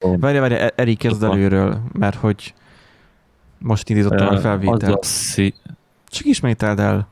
Várj, Erik, kezd előről, mert hogy most indítottam a felvételt. Csak ismételd el.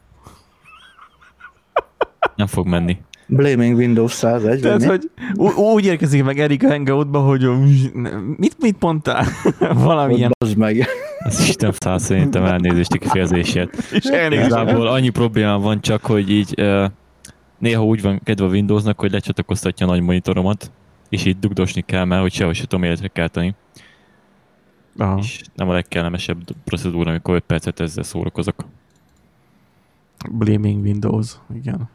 Nem fog menni. Blaming Windows 101. Tehát, hogy úgy érkezik meg Erik a Hangoutba, hogy mit mondtál? Valamilyen. Az meg. Az Isten száll szerintem elnézést a kifejezésért. Igazából annyi problémám van csak, hogy így néha úgy van kedve a Windowsnak, hogy lecsatlakoztatja a nagy monitoromat, és így dugdosni kell már, hogy sehogy se tudom életre kelteni. Aha. És nem a legkellemesebb procedúra, amikor 5 percet ezzel szórakozok. Blaming Windows, igen.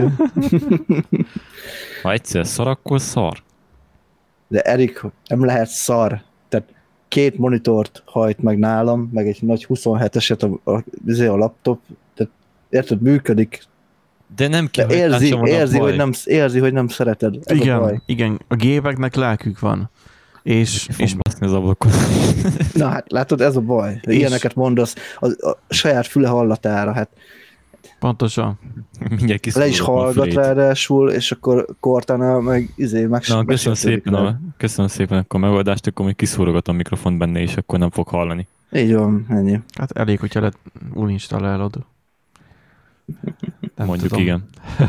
Ha egyszer szar, akkor szar. De Erik, nem lehet szar. Tehát 2 monitort hajt meg nálam, meg egy nagy 27-eset a laptop. Tehát érted, működik. De nem kell, érzi, hogy nem szereted. Ez igen, a gépeknek lelkük van. És baszni az ablakot. Na hát látod, ez a baj. Ilyeneket mondasz a saját füle hallatára, hát pontosan. Le is hallgat ráadásul, és akkor Cortana meg Na, köszönöm szépen akkor a megoldást, akkor még kiszúrogatom a mikrofont benne, és akkor nem fog hallani. Így van, ennyi. Hát elég, hogyha uninstallálod. Mondjuk tudom. Igen.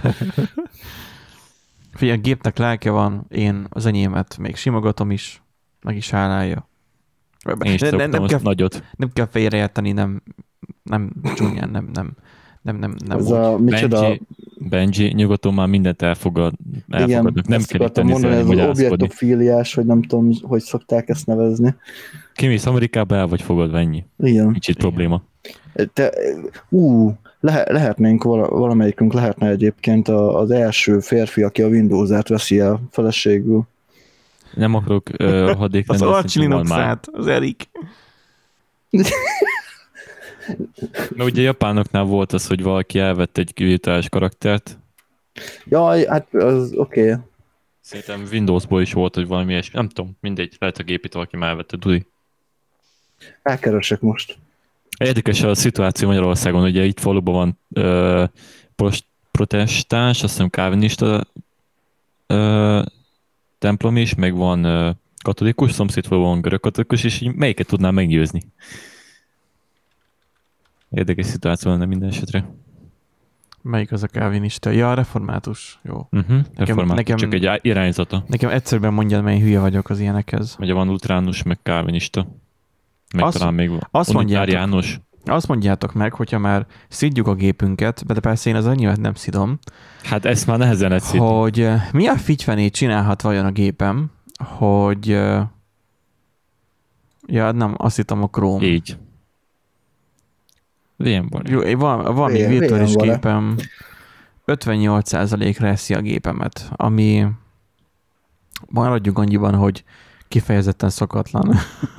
Figyelj, a gépnek lelke van, én az enyémet még simogatom is, meg is hálálja. Én is nem kell, nagyot. Nem kell félreérteni, nem csúnyán, nem ez a micsoda... Benji, nyugodtan már mindent elfogadnak. Nem kell itt mondani, ez az objektofíliás, hogy nem tudom, hogy szokták ezt nevezni. Kimész Amerikába, el vagy fogadva, ennyi. Igen. Kicsit probléma. Lehetnénk, valamelyikünk lehetne egyébként az első férfi, aki a Windows-át veszi el feleségül. Nem akarok rohadék lenni. Az Arch Linux-át, az Erik. Mert ugye japánoknál volt az, hogy valaki elvett egy virtuális karaktert. Jaj, hát az oké. Szerintem Windowsból is volt, hogy valami ilyesmi. Nem tudom, mindegy, lehet a gépét valaki már elvette, Dudi. Elkeresek most. Érdekes a szituáció Magyarországon, ugye itt faluban van protestáns, azt hiszem kálvinista templom is, meg van katolikus, szomszédfaluban van görögkatolikus, és így melyiket tudnám meggyőzni? Érdekes szituáció lenne minden esetre. Melyik az a kálvinista? Ja, a református. Jó. Nekem csak egy irányzata. Nekem egyszerűen mondjad, mely hülye vagyok az ilyenekhez. Ugye van utránus, meg kálvinista. Meg talán még azt mondjátok meg, hogyha már szidjuk a gépünket, de persze én az annyival nem szidom. Hát ezt már nehezen lehet szidni. Hogy mi a figyfenét csinálhat vajon a gépem, hogy ja, nem, azt hittem a Chrome. Így. Jó, van még virtuális gépem, 58%-ra eszi a gépemet, ami maradjunk annyiban, hogy kifejezetten szokatlan.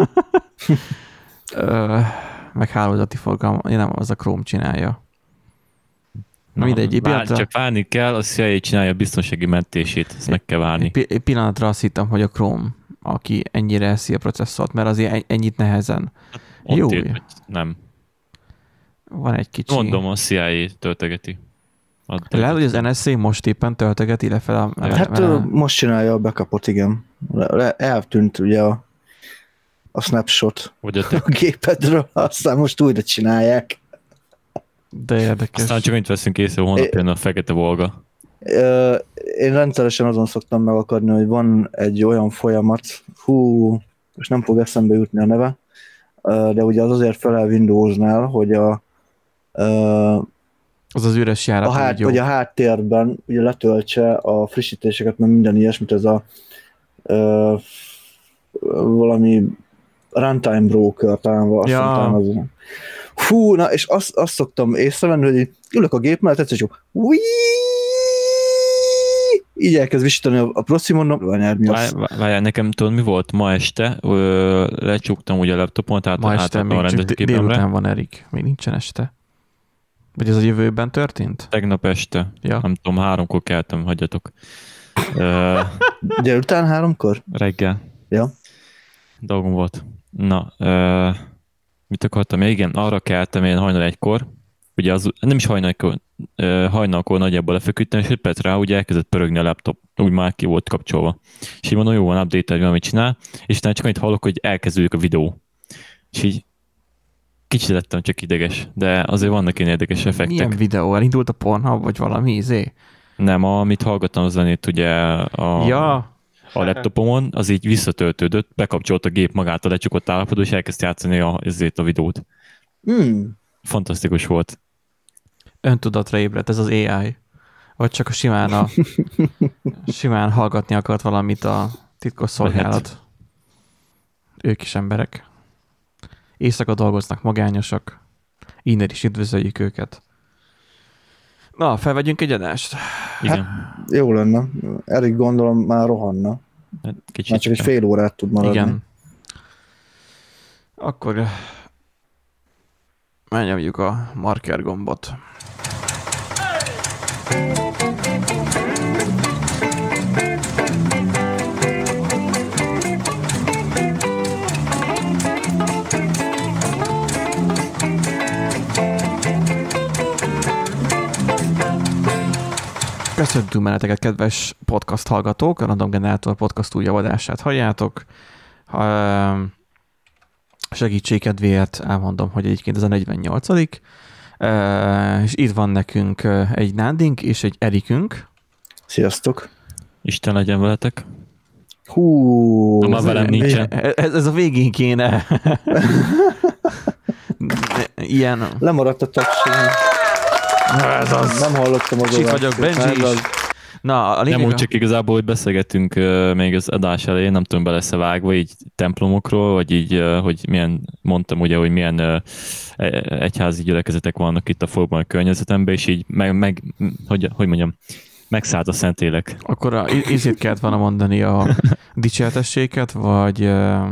Meg hálózati forgalom, nem, az a Chrome csinálja. Mindegy, csak várni kell, a CIA csinálja a biztonsági mentését, ezt meg kell várni. Egy pillanatra azt hittem, hogy a Chrome, aki ennyire eszi a processzort, mert azért ennyit nehezen. Jó. Nem. Van egy kicsi... Mondom, a CIA töltegeti. Lehet, hogy az NSA most éppen töltegeti lefelé. Hát most csinálja a backupot, igen. Eltűnt ugye a snapshot vagy a gépedről, aztán most újra csinálják. De érdekes. Aztán csak annyit veszünk észre, hogy holnap jön a fekete Volga. Én rendszeresen azon szoktam megakadni, hogy van egy olyan folyamat, és nem fog eszembe jutni a neve, de ugye az azért felel Windowsnál, hogy az üres járat. Hogy a háttérben ugye letöltse a frissítéseket, mert minden ilyesmit, ez a valami runtime broker, talán az. Na, és azt szoktam észrevenni, hogy ülök a gép mellett, egyszer csak így elkezd visítani a proci, mondom, Várjál, nekem tudod, mi volt ma este? Lecsuktam ugye a laptopon, tehát ma este még csak délután van, Erik. Még nincsen este. Vagy ez a jövőben történt? Tegnap este. Ja. Nem tudom, 3-kor keltem, hagyjatok. Délután 3-kor? Reggel. Ja. Dolgom volt. Na, mit akartam? Igen, arra keltem én hajnal 1-kor, ugye az nem is hajnalkor nagyjából lefeküdtem, és 5 perc rá ugye elkezdett pörögni a laptop, úgy már ki volt kapcsolva. És így mondom, jó van, update-elj, amit csinál, és utána csak annyit hallok, hogy elkezdődik a videó. És így kicsit lettem csak ideges, de azért vannak ilyen érdekes effektek. Milyen videó? Elindult a Pornhub, vagy valami izé? Nem, amit hallgattam a zenét ugye a laptopomon, az így visszatöltődött, bekapcsolt a gép magától lecsukott állapotba, és elkezdte játszani a videót. Fantasztikus volt. Öntudatra ébredt ez az AI. Vagy csak simán hallgatni akart valamit a titkos szolgálat. Ők is emberek. Éjszaka dolgoznak, magányosak. Innen is üdvözöljük őket. Na, felvegyünk egy adást. Igen. Hát, jó lenne. Erik gondolom már rohanna. Hát már csak egy fél órát tud maradni. Igen. Akkor megnyomjuk a marker gombot. Köszöntünk benneteket, kedves podcast hallgatók, a Random Generator podcast újabb adását halljátok. Segítség kedvéért elmondom, hogy egyébként ez a 48. És itt van nekünk egy Nándink és egy Erikünk. Sziasztok! Isten legyen veletek. Hú! Már velem nincsen. Ez a végén kéne. Ilyen. Lemaradt a tagség. Ez az. Nem hallottam az Csik vagyok, Benji is. Na, a lényeg... Nem úgy csak igazából, hogy beszélgettünk még az adás elején, nem tudom, be lesz vágva így templomokról, vagy így, hogy milyen, mondtam ugye, hogy milyen egyházi gyülekezetek vannak itt a Fogban környezetemben, és így hogy mondjam, megszállt a Szentlélek. Akkor ízét kellett volna mondani a dicséretességet, vagy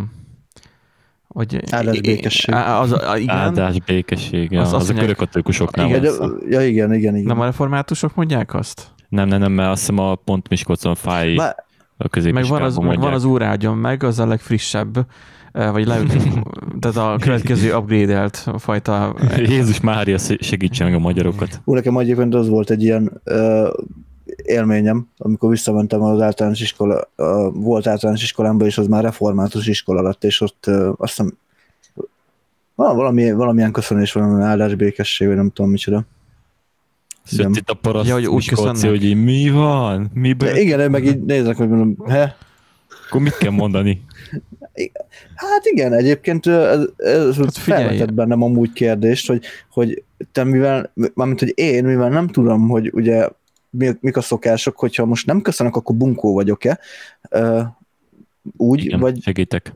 áldás békesség. Áldás békesség, ja, az a körökatolikusoknál van. Ja, igen. Nem a reformátusok mondják azt? Nem, mert azt hiszem a pont Miskolcon fáj a középiskában meg van az úr áldjon meg, az a legfrissebb, vagy tehát a következő upgrade-elt fajta... Jézus Mária segítsen meg a magyarokat. Nekem egyébként az volt egy ilyen élményem, amikor visszamentem az általános iskola, volt általános iskolámba, és az már református iskola lett, és ott azt hiszem valamilyen köszönés, valami áldás békesség, vagy nem tudom micsoda. Szóval itt a paraszt Miskolci, hogy mi van? Igen, meg így nézek, hogy mondom, Akkor mit kell mondani? Hát igen, egyébként ez felvetett bennem amúgy kérdést, hogy te mármint, hogy én, mivel nem tudom, hogy ugye mik a szokások, hogyha most nem köszönök, akkor bunkó vagyok-e? Úgy, igen, vagy... segítek.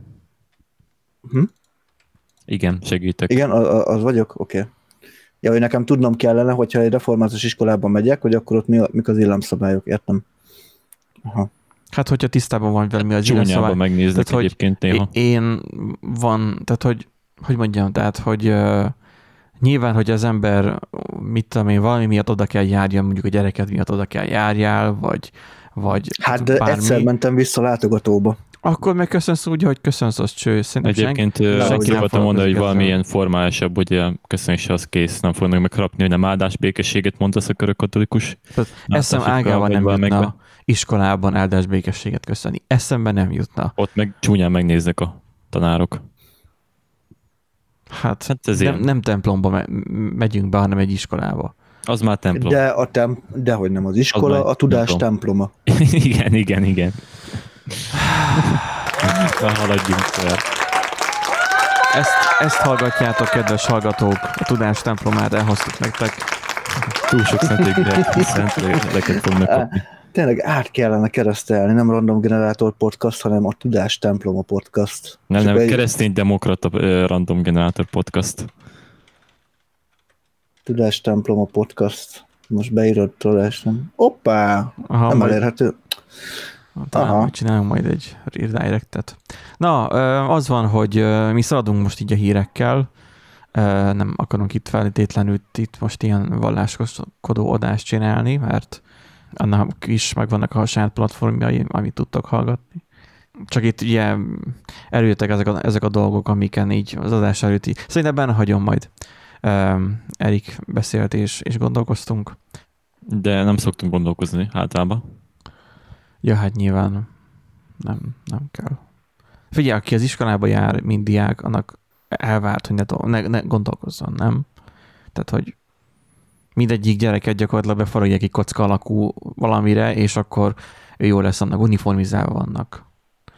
Igen, segítek. Igen, az vagyok? Oké. Ja, hogy nekem tudnom kellene, hogyha egy református iskolában megyek, hogy akkor ott mik az illemszabályok, értem? Aha. Hát, hogyha tisztában van vele, mi az illemszabály. Csúnyában megnéznek tehát, egyébként néha. Én van, tehát hogy mondjam, tehát, hogy nyilván, hogy az ember, mit tudom én, valami miatt oda kell járjál, mondjuk a gyereket miatt oda kell járjál, vagy hát de bármi. Egyszer mentem vissza látogatóba. Akkor megköszönsz úgy, hogy köszönsz, az cső. Egyébként senki akartam mondani, hogy valamilyen formálisabb, hogy köszönés az kész, nem fognak megharapni, hogy nem áldás békességet mondasz a körökatolikus. Eszem ágában nem jutna iskolában áldás békességet köszönni. Eszembe nem jutna. Ott meg csúnyán megnéznek a tanárok. Hát nem templomba megyünk be, hanem egy iskolába. Az már templom. De hogy nem az iskola, a tudás temploma. Igen. Haladjunk fel. Ezt hallgatjátok, kedves hallgatók, a tudás templomát elhoztuk nektek. Túl sok szentléleket fognak kapni. Tényleg át kellene keresztelni, nem Random Generator podcast, hanem a tudás temploma podcast. Nem, keresztény demokrata Random Generator podcast. Tudás temploma podcast. Most beírod tudás, nem? Hoppá! Nem elérhető. Csinálunk majd egy redirectet. Na, az van, hogy mi szaladunk most így a hírekkel. Nem akarunk itt feltétlenül itt most ilyen valláskodó adást csinálni, mert annak is megvannak a saját platformjai, amit tudtok hallgatni. Csak itt ugye előjöttek ezek a dolgok, amiken így az adás előtti. Szerintem benne hagyom majd. Erik beszélt és gondolkoztunk. De nem szoktunk gondolkozni általában. Ja, hát nyilván nem kell. Figyelj, aki az iskolába jár, mint diák, annak elvárt, hogy ne gondolkozzon, nem? Tehát, hogy mindegyik gyereket gyakorlatilag befaragják egy kocka alakú valamire, és akkor ő jó lesz, annak uniformizálva vannak.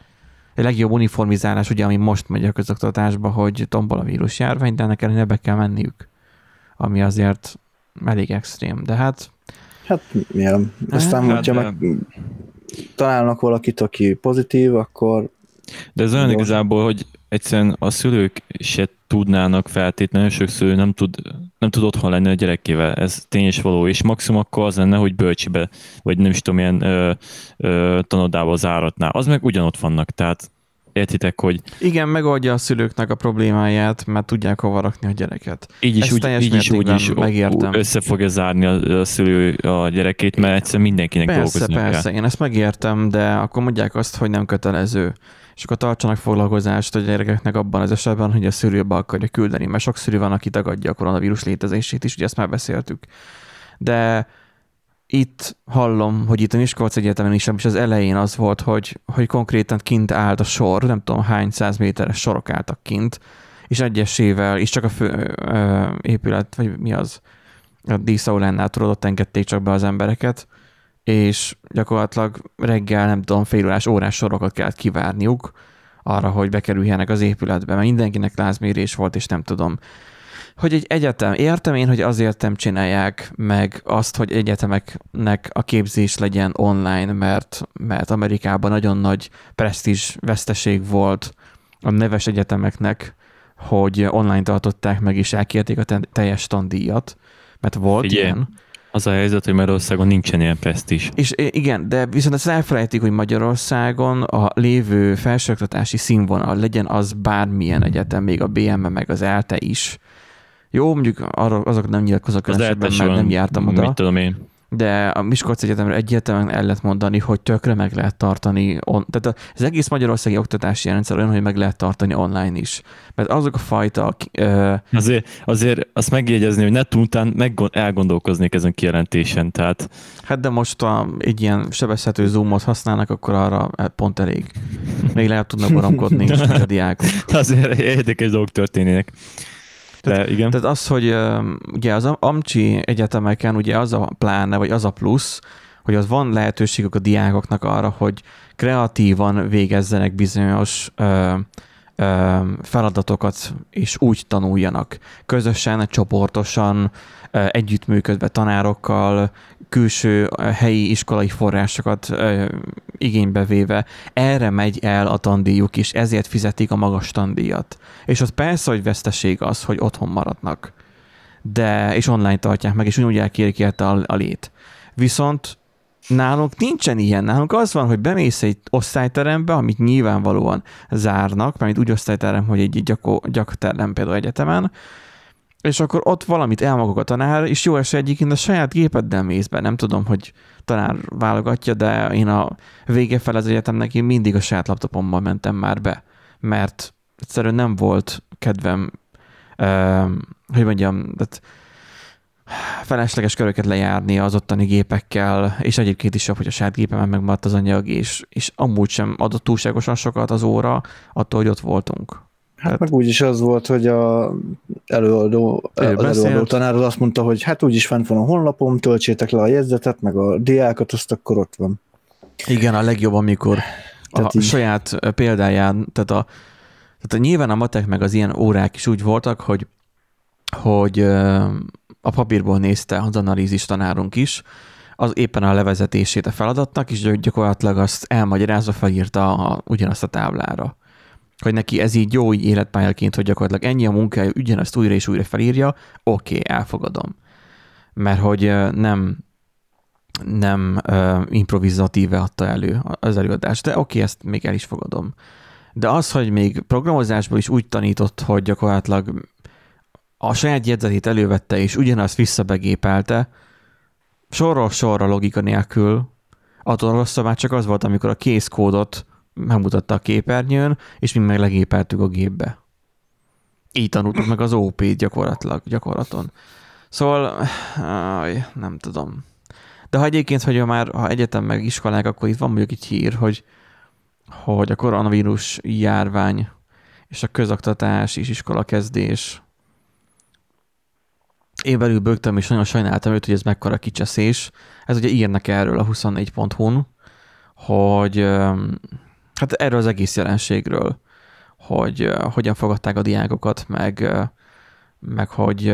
A legjobb uniformizálás, ugye, ami most megy a közoktatásba, hogy tombol a vírusjárvány, de ennek ellenére be kell menniük. Ami azért elég extrém, de hát... Hát, milyen. Aztán, hogyha meg találnak valakit, aki pozitív, akkor... De ez olyan igazából, hogy egyszerűen a szülők se tudnának feltétlenül, sok szülő nem tud otthon lenni a gyerekével. Ez tény és való, és maximum akkor az lenne, hogy bölcsibe, vagy nem is tudom, ilyen tanodába záratná. Az meg ugyanott vannak, tehát értitek, hogy... Igen, megoldja a szülőknek a problémáját, mert tudják hova rakni a gyereket. Így is megértem. Össze fogja zárni a szülő a gyerekét, mert egyszerűen mindenkinek dolgozni kell. Persze, én ezt megértem, de akkor mondják azt, hogy nem kötelező. És akkor tartsanak foglalkozást a gyerekeknek abban az esetben, hogy a szülő be akarja küldeni, mert sok szülő van, aki tagadja a koronavírus létezését is, ugye ezt már beszéltük. De itt hallom, hogy itt a Miskolc Egyetemen is az elején az volt, hogy konkrétan kint állt a sor, nem tudom hány 100 méteres sorok álltak kint, és egyesével, és csak a fő épület, vagy mi az, a díszaulánál tudod, ott engedték csak be az embereket, és gyakorlatilag reggel, nem tudom, órás sorokat kellett kivárniuk arra, hogy bekerüljenek az épületbe, mert mindenkinek lázmérés volt, és nem tudom. Hogy egy egyetem, értem én, hogy azért nem csinálják meg azt, hogy egyetemeknek a képzés legyen online, mert Amerikában nagyon nagy presztízs veszteség volt a neves egyetemeknek, hogy online tartották meg, és elkérték a teljes tandíjat, mert volt ilyen. Az a helyzet, hogy Magyarországon nincsen ilyen presztízs. És igen, de viszont ezt elfelejtik, hogy Magyarországon a lévő felsőoktatási színvonal legyen az bármilyen egyetem, még a BM meg az ELTE is. Jó, mondjuk azok nem nyilatkozok esetben, mert nem jártam oda. Mit tudom én. De a Miskolc Egyetemre egyértelműen el lehet mondani, hogy tökre meg lehet tartani. Tehát az egész magyarországi oktatási rendszer olyan, hogy meg lehet tartani online is. Mert azok a fajta... Azért azt megjegyezni, hogy net után elgondolkoznék ezen kijelentésen. Tehát... Hát de most egy ilyen sebezhető zoomot használnak, akkor arra pont elég. Még lehet tudnak baromkodni a diákok. Azért érdekes dolgok történnének. Tehát az, hogy ugye az amcsi egyetemeken ugye az a pláne, vagy az a plusz, hogy az van lehetőségük a diákoknak arra, hogy kreatívan végezzenek bizonyos feladatokat, és úgy tanuljanak. Közösen, csoportosan, együttműködve tanárokkal, külső helyi iskolai forrásokat igénybe véve. Erre megy el a tandíjuk, és ezért fizetik a magas tandíjat. És az persze, hogy veszteség az, hogy otthon maradnak. És online tartják meg, és úgy elkérik érte a lét. Viszont nálunk nincsen ilyen. Nálunk az van, hogy bemész egy osztályterembe, amit nyilvánvalóan zárnak, mert úgy osztályterem, hogy egy gyakorterem például egyetemen, és akkor ott valamit elmagok a tanár, és jó eset egyébként a saját gépeddel mész be. Nem tudom, hogy tanár válogatja, de én a vége fel az egyetemnek én mindig a saját laptopommal mentem már be, mert egyszerűen nem volt kedvem, hogy mondjam, felesleges köröket lejárni az ottani gépekkel, és egyébként is jobb, hogy a saját gépemen megmaradt az anyag, és amúgy sem adott túlságosan sokat az óra, attól, hogy ott voltunk. Hát meg úgyis az volt, hogy az előadó tanár azt mondta, hogy hát úgyis fent van a honlapom, töltsétek le a jegyzetet, meg a diákat, azt akkor ott van. Igen, a legjobb, amikor a saját példáján, tehát nyilván a matek meg az ilyen órák is úgy voltak, hogy a papírból nézte az analízis tanárunk is, az éppen a levezetését a feladatnak, és gyakorlatilag azt elmagyarázva felírta ugyanazt a táblára. Hogy neki ez így jó így életpályaként, hogy gyakorlatilag ennyi a munkája, ugyanazt újra és újra felírja, oké, elfogadom. Mert hogy nem improvizatíve adta elő az előadást, de oké, ezt még el is fogadom. De az, hogy még programozásból is úgy tanított, hogy gyakorlatilag a saját jegyzetét elővette, és ugyanazt visszabegépelte, sorról sorra logika nélkül, attól rosszabb már csak az volt, amikor a készkódot megmutatta a képernyőn, és mi meg legépeltük a gépbe. így tanultuk meg az OP-t gyakorlaton. Szóval, nem tudom. De ha egyébként, ha egyetem meg iskolák, akkor itt van mondjuk egy hír, hogy a koronavírus járvány és a közoktatás és iskolakezdés. Én belül bögtem, és nagyon sajnáltam őt, hogy ez mekkora kicseszés. Ez ugye írnak erről a 24.hu-n, hogy hát erről az egész jelenségről, hogy hogyan fogadták a diákokat, meg hogy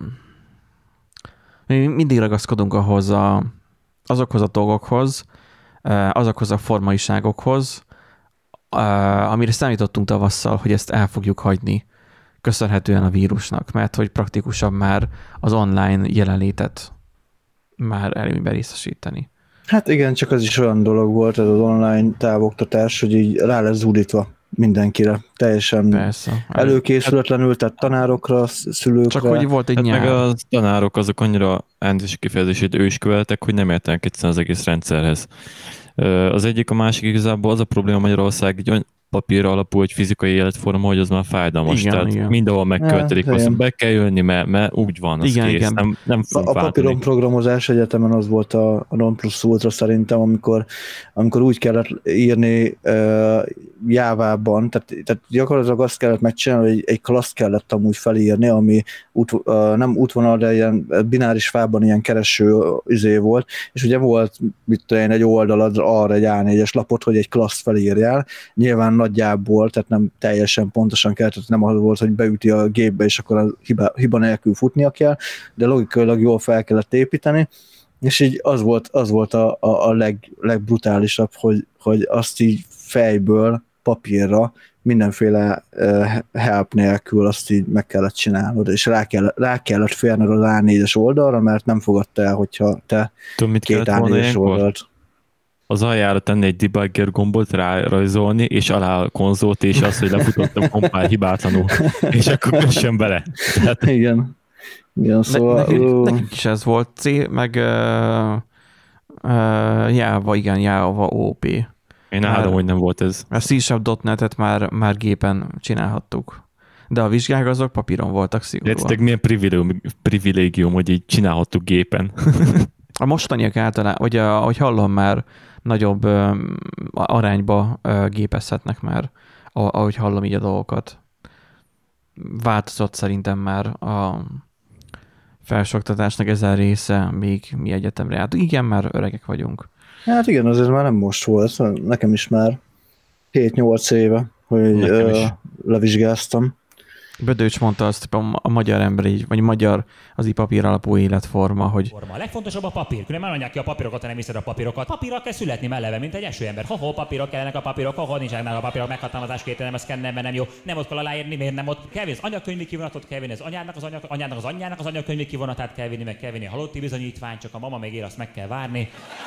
mi mindig ragaszkodunk azokhoz a dolgokhoz, azokhoz a formaiságokhoz, amire számítottunk tavasszal, hogy ezt el fogjuk hagyni köszönhetően a vírusnak, mert hogy praktikusabb már az online jelenlétet már előnyben részesíteni. Hát igen, csak az is olyan dolog volt ez az online távoktatás, hogy így rá lesz zúdítva mindenkire. Teljesen persze. Előkészületlenül, tehát tanárokra, szülőkre. Csak hogy volt egy nyelv. Meg a tanárok azok annyira elnézési kifejezését ősköveltek, hogy nem értenek egyszerűen az egész rendszerhez. Az egyik, a másik igazából az a probléma Magyarország, egy olyan papír alapú, egy fizikai életforma, hogy az már fájdalmas. Igen, tehát igen. mindenhol megkövetelik, azt be kell jönni, mert úgy van, az igen, kész. Igen. Nem A papíron programozás egyetemen az volt a non plus ultra szerintem, amikor úgy kellett írni Jávában, tehát gyakorlatilag azt kellett megcsinálni, hogy egy klaszt kellett amúgy felírni, ami nem útvonal, de ilyen bináris fában ilyen kereső volt, és ugye volt egy oldalad arra egy A4-es lapot, hogy egy klaszt felírjál, nyilván nagyjából, tehát nem teljesen pontosan kell, tehát nem az volt, hogy beüti a gépbe, és akkor a hiba nélkül futnia kell, de logikailag jól fel kellett építeni, és így az volt a legbrutálisabb, hogy azt így fejből, papírra, mindenféle help nélkül azt így meg kellett csinálnod, és rá kellett férned az A4-es oldalra, mert nem fogadta el, hogyha te két A4-es oldalt. Az aljára tenni egy debugger gombot, rárajzolni, és alá a konzolt, és az, hogy lefutottam kompál hibátlanul, és akkor kössön bele. Tehát... Igen, szóval... Nekik is ez volt C, meg Java OP. Én állom, hogy nem volt ez. A C#.net-et már gépen csinálhattuk. De a vizsgák azok papíron voltak szigorúan. Értitek, milyen privilégium, hogy így csinálhattuk gépen. A mostaniak általán, hogy ahogy hallom, már nagyobb arányba gépezhetnek már, ahogy hallom így a dolgokat. Változott szerintem már a felsőoktatásnak ezen része, még mi egyetemre jártunk. Igen, már öregek vagyunk. Hát igen, azért már nem most volt. Nekem is már 7-8 éve, hogy levizsgáztam. Bödöcs mondta azt, a magyar ember így, vagy magyar az így papír alapú életforma, hogy... A legfontosabb a papír, különben adják ki a papírokat, ha nem hiszed a papírokat. Papírral kell születni melleve, mint egy esőember. Ha papírok kellenek a papírok, ha nincsenek a papírok, meghatalmazás két, nem ez kennemben nem jó. Nem ott kell aláírni, miért nem ott kell vinni az anyakönyvi kivonatot, kell vinni az anyának az anyjának az anyakönyvi kivonatát kell vinni, meg kell vinni a halotti bizonyítványt, csak a mama még él, azt meg kell várni.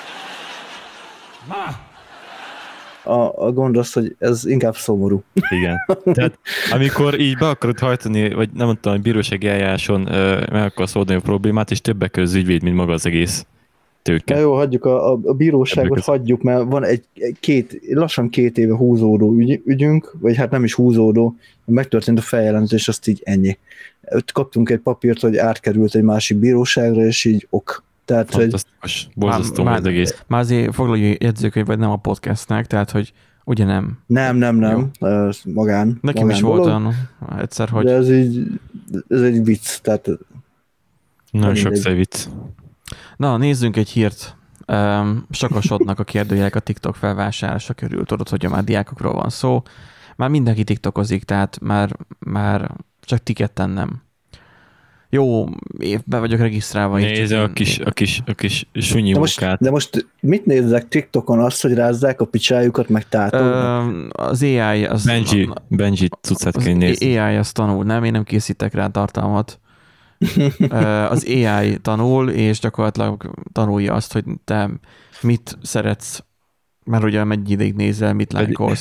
A gond az, hogy ez inkább szomorú. Igen. Tehát amikor így be akarod hajtani, vagy nem tudom, bírósági eljáráson meg akarsz oldani a problémát, és többek között az ügyvéd, mint maga az egész tőke. Na jó, hagyjuk a bíróságot, hagyjuk, mert van lassan 2 éve húzódó ügyünk, vagy hát nem is húzódó, megtörtént a feljelentés, azt így ennyi. Kaptunk egy papírt, hogy átkerült egy másik bíróságra, és így ok. Tehát, fantasztikus, borzasztó az egész. Már azért foglalj jegyzőkönyv, vagy nem a podcastnek, tehát, hogy ugye nem. Nem. Magán. Nekem is volt olyan egyszer, hogy... De ez egy vicc, tehát... Nagyon sokszor vicc. Na, nézzünk egy hírt. Sokasodnak a kérdőjelek a TikTok felvásárlása körül. Tudod, hogy már diákokról van szó. Már mindenki tiktokozik, tehát már csak ti ketten nem. Jó, be vagyok regisztrálva. Nézze a kis sunyi munkát. De most mit nézzek TikTokon? Azt, hogy rázzák a picsájukat, meg tátolnak? Az AI... Benji cuccát kell nézni. AI azt tanul, nem? Én nem készítek rá tartalmat. Az AI tanul, és gyakorlatilag tanulja azt, hogy te mit szeretsz, mert ugye mennyi ideig nézel, mit lájkolsz.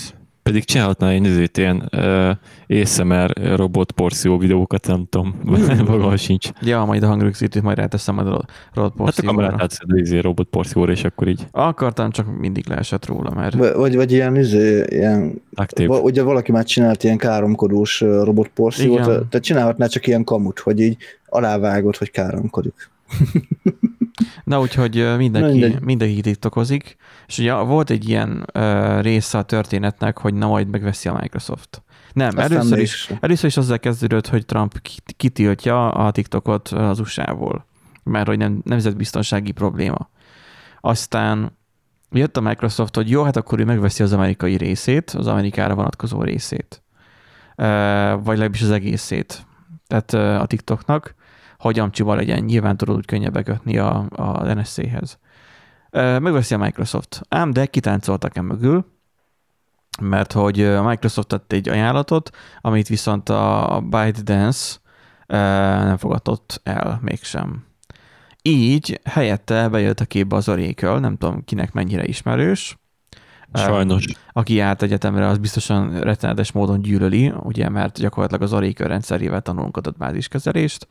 Pedig csinálhatná ilyen ASMR robotporció videókat, nem tudom, maga sincs. Ja, majd a hangrögzítőt majd ráteszem majd a robotporcióra. Hát a kamerát átszed robotporcióra, és akkor így. Akartam, csak mindig leesett róla, mert... Vagy ilyen ugye valaki már csinált ilyen káromkodós robotporciót, tehát csinálhatná csak ilyen kamut, hogy így alávágod, hogy káromkodik. Na, úgyhogy mindenki tiktokozik, és ugye volt egy ilyen része a történetnek, hogy na majd megveszi a Microsoft. Nem, először is azzal kezdődött, hogy Trump kitiltja a TikTokot az USA-ból, mert hogy nemzetbiztonsági probléma. Aztán jött a Microsoft, hogy jó, hát akkor ő megveszi az amerikai részét, az Amerikára vonatkozó részét, vagy legalábbis az egészét, tehát a TikToknak, hogy amcsival legyen, nyilván tudod úgy könnyebb bekötni a NSA-hez. Megveszi a Microsoft. Ám de kitáncoltak mögül, mert hogy a Microsoft tett egy ajánlatot, amit viszont a ByteDance nem fogadott el mégsem. Így helyette bejött a képbe az Oracle, nem tudom kinek mennyire ismerős. Sajnos. Aki járt egyetemre, az biztosan rettenetes módon gyűlöli, ugye, mert gyakorlatilag az Oracle rendszerével tanulunk adatbáziskezelést.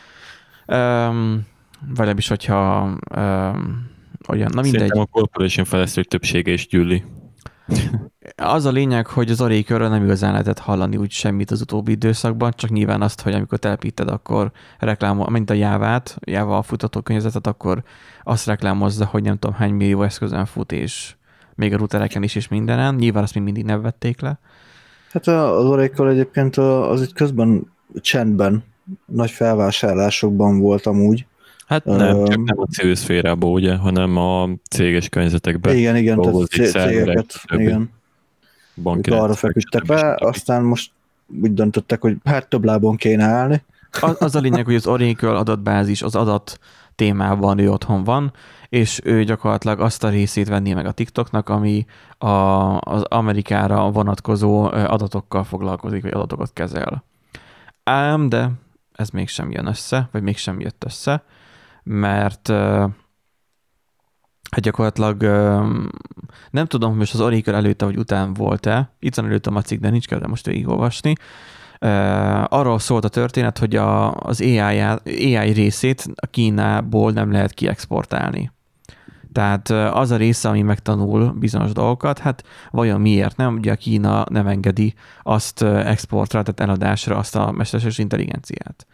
Vagy nem is, hogyha olyan, na mindegy. Szerintem a corporation fejlesztők többsége is gyűli. Az a lényeg, hogy az Oracle-ről nem igazán lehetett hallani úgy semmit az utóbbi időszakban, csak nyilván azt, hogy amikor telepíted, akkor mint a Java futtatókörnyezetet, akkor azt reklámozza, hogy nem tudom hány millió eszközön fut, és még a routereken is, és mindenen. Nyilván azt még mindig nem vették le. Hát az Oracle egyébként az itt közben csendben, nagy felvásárlásokban volt amúgy. Hát nem, csak nem a civil szférában, ugye, hanem a céges környezetekben. Igen, tehát cégeket, igen. Arra feküdtek be, aztán most úgy döntöttek, hogy hát több lábon kéne állni. Az a lényeg, hogy az Oracle adatbázis, az adat témában ő otthon van, és ő gyakorlatilag azt a részét venné meg a TikToknak, ami az Amerikára vonatkozó adatokkal foglalkozik, vagy adatokat kezel. Ám, de ez mégsem jön össze, vagy mégsem jött össze, mert hát gyakorlatilag nem tudom, hogy most az Oracle előtte vagy után volt-e, itt van előttem a cikk, de nincs kell most végigolvasni. Arról szólt a történet, hogy az AI részét a Kínából nem lehet kiexportálni. Tehát az a része, ami megtanul bizonyos dolgokat, hát vajon miért nem? Ugye a Kína nem engedi azt exportra, tehát eladásra azt a mesterséges intelligenciát.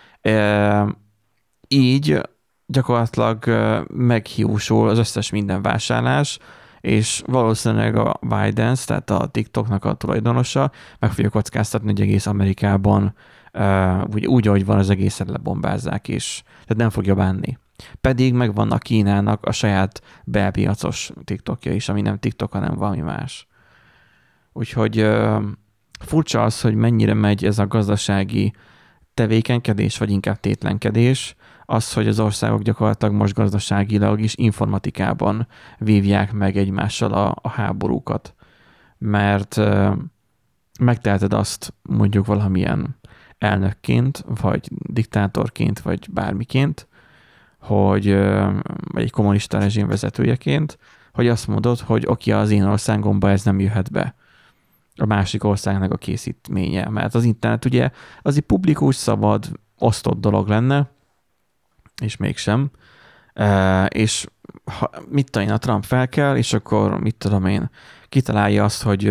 Így gyakorlatilag meghiúsul az összes minden vásárlás, és valószínűleg a ByteDance, tehát a TikToknak a tulajdonosa meg fogja kockáztatni, hogy egész Amerikában úgy, ahogy van, az egészet lebombázzák, és tehát nem fogja bánni. Pedig megvan a Kínának a saját belpiacos TikTokja is, ami nem TikTok, hanem valami más. Úgyhogy furcsa az, hogy mennyire megy ez a gazdasági tevékenykedés, vagy inkább tétlenkedés, az, hogy az országok gyakorlatilag most gazdaságilag is informatikában vívják meg egymással a háborúkat. Mert megteheted azt mondjuk valamilyen elnökként, vagy diktátorként, vagy bármiként, vagy egy kommunista rezsim vezetőjeként, hogy azt mondod, hogy oké, az én országomba ez nem jöhet be. A másik országnak a készítménye. Mert az internet ugye az egy publikus, szabad, osztott dolog lenne, és mégsem. És mit tudom én, a Trump felkel, és akkor mit tudom én, kitalálja azt, hogy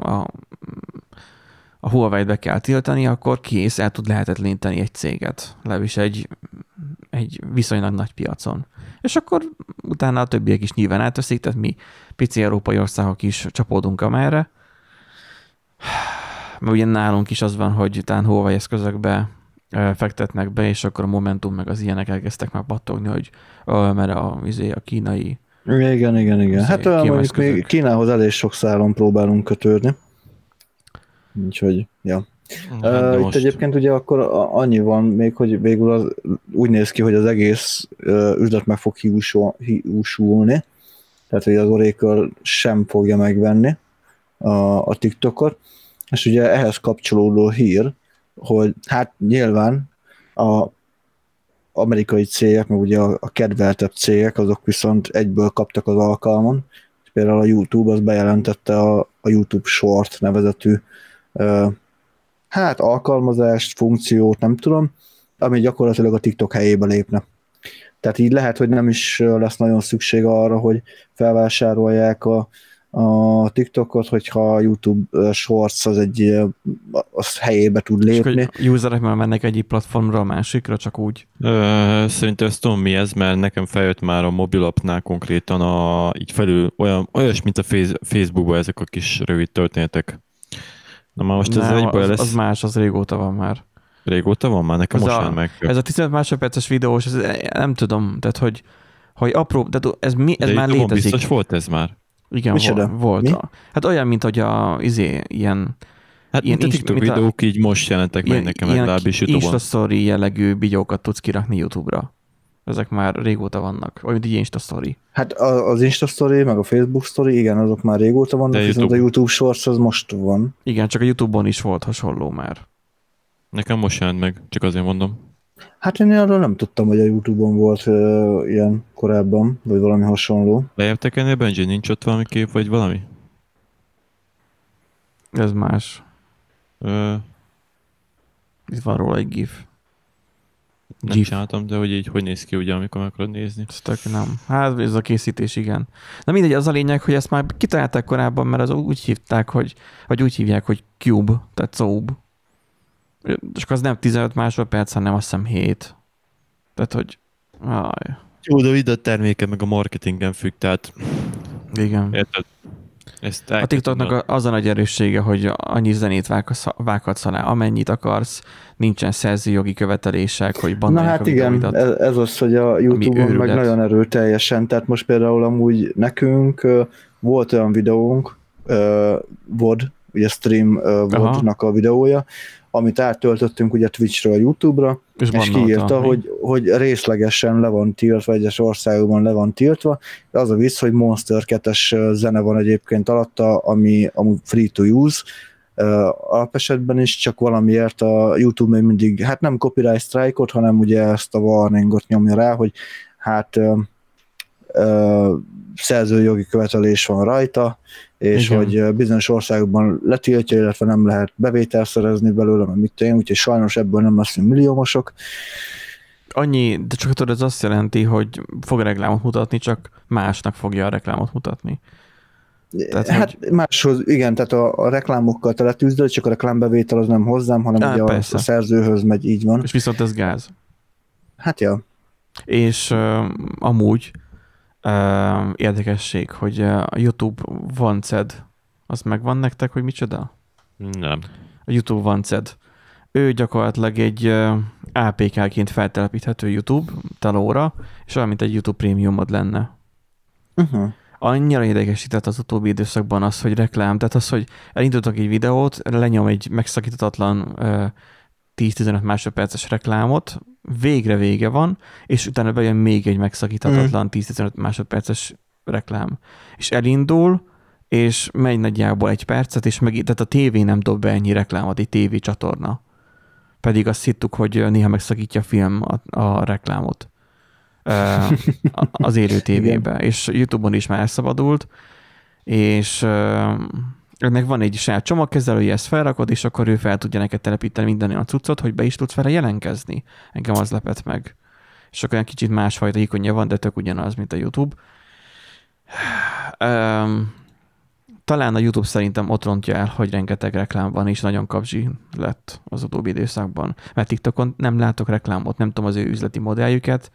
a Huawei-t be kell tiltani, akkor kész, el tud lehetetleníteni egy céget. Legalábbis egy viszonylag nagy piacon. És akkor utána a többiek is nyilván átveszik, tehát mi pici európai országok is csapódunk amerre. Mert ugye nálunk is az van, hogy talán Huawei eszközökbe fektetnek be, és akkor a Momentum meg az ilyenek elkezdtek már pattogni, hogy mert a kínai... Igen. Hát mondjuk még Kínához elég sok szálon próbálunk kötődni. Úgyhogy, ja. Itt egyébként ugye akkor annyi van még, hogy végül úgy néz ki, hogy az egész üzlet meg fog hiúsulni, tehát hogy az Oracle sem fogja megvenni a TikTokot, és ugye ehhez kapcsolódó hír, hogy hát nyilván a amerikai cégek, meg ugye a kedveltebb cégek, azok viszont egyből kaptak az alkalmon. Például a YouTube az bejelentette a YouTube Short nevezetű alkalmazást, funkciót, nem tudom, ami gyakorlatilag a TikTok helyébe lépne. Tehát így lehet, hogy nem is lesz nagyon szükség arra, hogy felvásárolják a TikTokot, hogyha a YouTube Shorts az helyébe tud lépni. És hogy userek már mennek egyik platformra a másikra, csak úgy? Szerintem ezt tudom mi ez, mert nekem feljött már a mobilappnál konkrétan így felül olyas, mint a Facebookban ezek a kis rövid történetek. Na már most ez egyből lesz. Az más, az régóta van már. Régóta van már? Nekem most jön meg. Ez a 15 másodperces videós, nem tudom, tehát hogy apró, tehát ez már létezik. Biztos volt ez már? Igen, volt. Mi? Hát olyan, mint hogy ilyen... Hát ilyen a TikTok videók így most jelentek meg nekem legalábbis YouTube-on. Insta Story jellegű videókat tudsz kirakni YouTube-ra. Ezek már régóta vannak. Olyan, mint így Insta Story. Hát az Insta Story, meg a Facebook Story, igen, azok már régóta vannak, viszont a YouTube Shorts az most van. Igen, csak a YouTube-on is volt hasonló már. Nekem most jelent meg, csak azért mondom. Hát én arról nem tudtam, hogy a YouTube-on volt ilyen korábban, vagy valami hasonló. Bejöttek ennél, Benji? Nincs ott valami kép, vagy valami? Ez más. Itt van róla egy GIF. Nem csináltam, de hogy így hogy néz ki, ugye, amikor meg akarod nézni. Ez nem. Hát ez a készítés, igen. Na mindegy, az a lényeg, hogy ezt már kitalálták korábban, mert az úgy hívták, vagy úgy hívják, hogy Cube, tehát Cube. És az nem 15 másodperc, hanem azt hiszem 7. Tehát, hogy... Jó, de ide a terméke meg a marketingen függ, tehát... Igen. Érted? A TikToknak az a nagy erőssége, hogy annyi zenét vághatsz alá, amennyit akarsz, nincsen szerzőjogi követelések, hogy bannolják. Na hát igen, ez az, hogy a YouTube-on meg nagyon erőteljesen, tehát most például amúgy nekünk volt olyan videónk, VOD, ugye Stream VOD-nak a videója, amit áttöltöttünk ugye Twitch-ről YouTube-ra, és kiírta, hogy részlegesen le van tiltva, egyes országokban le van tiltva. Az a vicc, hogy Monster 2-es zene van egyébként alatta, ami free to use, alapesetben is, csak valamiért a YouTube még mindig, hát nem copyright strike-ot, hanem ugye ezt a warningot nyomja rá, hogy hát szerzőjogi követelés van rajta, és igen, hogy bizonyos országokban letiltja, illetve nem lehet bevételt szerezni belőle, mert mit tenni, úgyhogy sajnos ebből nem leszünk milliómosok. Annyi, de csak tudod, ez azt jelenti, hogy fog reklámot mutatni, csak másnak fogja a reklámot mutatni. Tehát, hát hogy... máshoz, igen, tehát a reklámokkal te letűzdöd, csak a reklámbevétel az nem hozzám, hanem ugye a szerzőhöz megy, így van. És viszont ez gáz. Hát ja. És amúgy érdekesség, hogy a YouTube Vanced, az megvan nektek, hogy micsoda? Nem. A YouTube Vanced. Ő gyakorlatilag egy APK-ként feltelepíthető YouTube talóra, és olyan, mint egy YouTube Premiumod lenne. Annyira érdekesített az utóbbi időszakban az, hogy reklám, tehát az, hogy elindultak egy videót, lenyom egy megszakíthatatlan 10-15 másodperces reklámot, végre vége van, és utána bejön még egy megszakíthatatlan 10-15 másodperces reklám. És elindul, és megy nagyjából egy percet, és tehát a tévé nem dob be ennyi reklámot, egy tévé csatorna. Pedig azt hittük, hogy néha megszakítja a film a reklámot az élő tévébe. És YouTube-on is már elszabadult, és ennek van egy saját csomagkezelője, ezt felrakod, és akkor ő fel tudja neked telepíteni minden olyan cuccot, hogy be is tudsz vele jelentkezni. Engem az lepett meg. És akkor olyan kicsit másfajta ikonja van, de tök ugyanaz, mint a YouTube. Talán a YouTube szerintem ott rontja el, hogy rengeteg reklám van, és nagyon kapzsi lett az utóbbi időszakban. Mert TikTokon nem látok reklámot, nem tudom az ő üzleti modelljüket,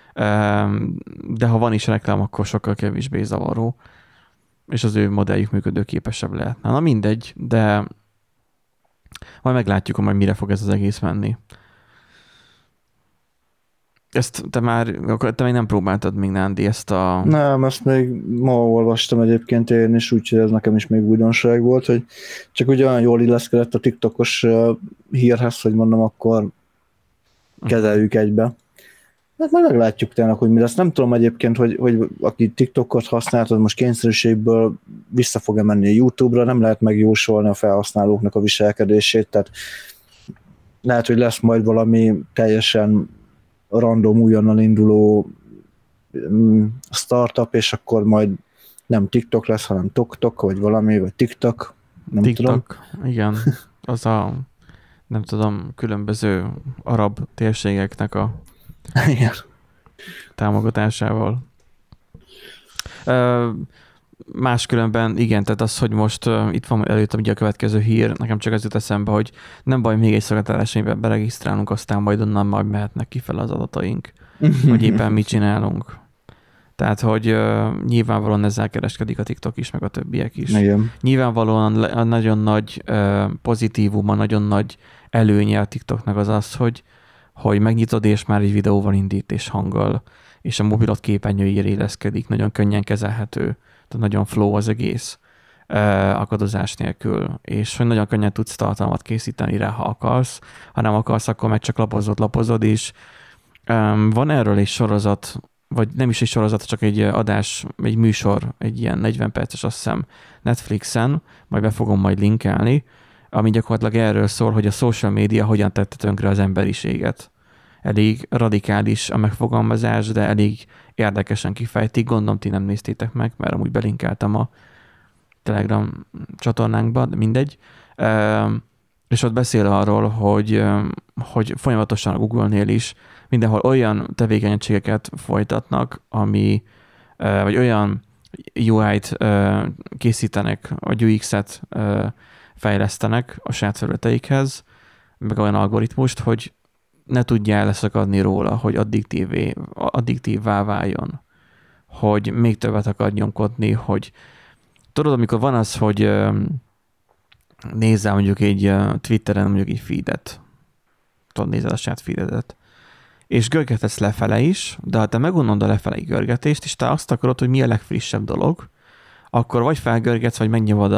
de ha van is reklám, akkor sokkal kevésbé zavaró, és az ő modelljük működőképesebb lehet. Na mindegy, de majd meglátjuk, hogy majd mire fog ez az egész menni. Ezt te még nem próbáltad még, Nándi, ezt a... Nem, ezt még ma olvastam egyébként én is, úgyhogy ez nekem is még újdonság volt, hogy csak ugye olyan jól illeszkedett a TikTokos hírhez, hogy mondom, akkor kezeljük egybe. Hát majd meglátjuk tényleg, hogy mi lesz. Nem tudom egyébként, hogy aki TikTokot használt, az most kényszerűségből vissza fog-e menni a YouTube-ra, nem lehet megjósolni a felhasználóknak a viselkedését, tehát lehet, hogy lesz majd valami teljesen random, újonnan induló startup, és akkor majd nem TikTok lesz, hanem TokTok, vagy valami, vagy TikTok, nem TikTok, tudom. Igen, az a nem tudom, különböző arab térségeknek a igen. támogatásával. Máskülönben igen, tehát az, hogy most itt van előttem ugye a következő hír, nekem csak az jut eszembe, hogy nem baj, még egy szolgáltatás, amiben beregisztrálunk, aztán majd onnan majd mehetnek kifele az adataink, hogy éppen mit csinálunk. Tehát, hogy nyilvánvalóan ezzel kereskedik a TikTok is, meg a többiek is. Igen. Nyilvánvalóan a nagyon nagy pozitívuma, nagyon nagy előnye a TikToknak az, hogy megnyitod, és már egy videóval indít, és hanggal, és a mobilot képernyőjére illeszkedik, nagyon könnyen kezelhető, tehát nagyon flow az egész akadozás nélkül, és hogy nagyon könnyen tudsz tartalmat készíteni rá, ha akarsz, ha nem akarsz, akkor meg csak lapozod, és van erről egy sorozat, vagy nem is egy sorozat, csak egy adás, egy műsor, egy ilyen 40 perces, azt hiszem, Netflixen, majd be fogom majd linkelni, ami gyakorlatilag erről szól, hogy a social media hogyan tette tönkre az emberiséget. Elég radikális a megfogalmazás, de elég érdekesen kifejtik. Gondolom, ti nem néztétek meg, mert amúgy belinkeltem a Telegram csatornánkba, de mindegy. És ott beszél arról, hogy folyamatosan a Google-nél is mindenhol olyan tevékenységeket folytatnak, vagy olyan UI-t készítenek, vagy UX-et fejlesztenek a saját felületeikhez, meg olyan algoritmust, hogy ne tudjál leszakadni róla, hogy addiktívvá váljon, hogy még többet akar nyomkodni, hogy tudod, amikor van az, hogy nézzál mondjuk egy Twitteren mondjuk egy feedet, tudod, nézel a saját feededet, és görgetesz lefele is, de ha te megunod a lefelei görgetést, és te azt akarod, hogy mi a legfrissebb dolog, akkor vagy felgörgetsz, vagy megnyomod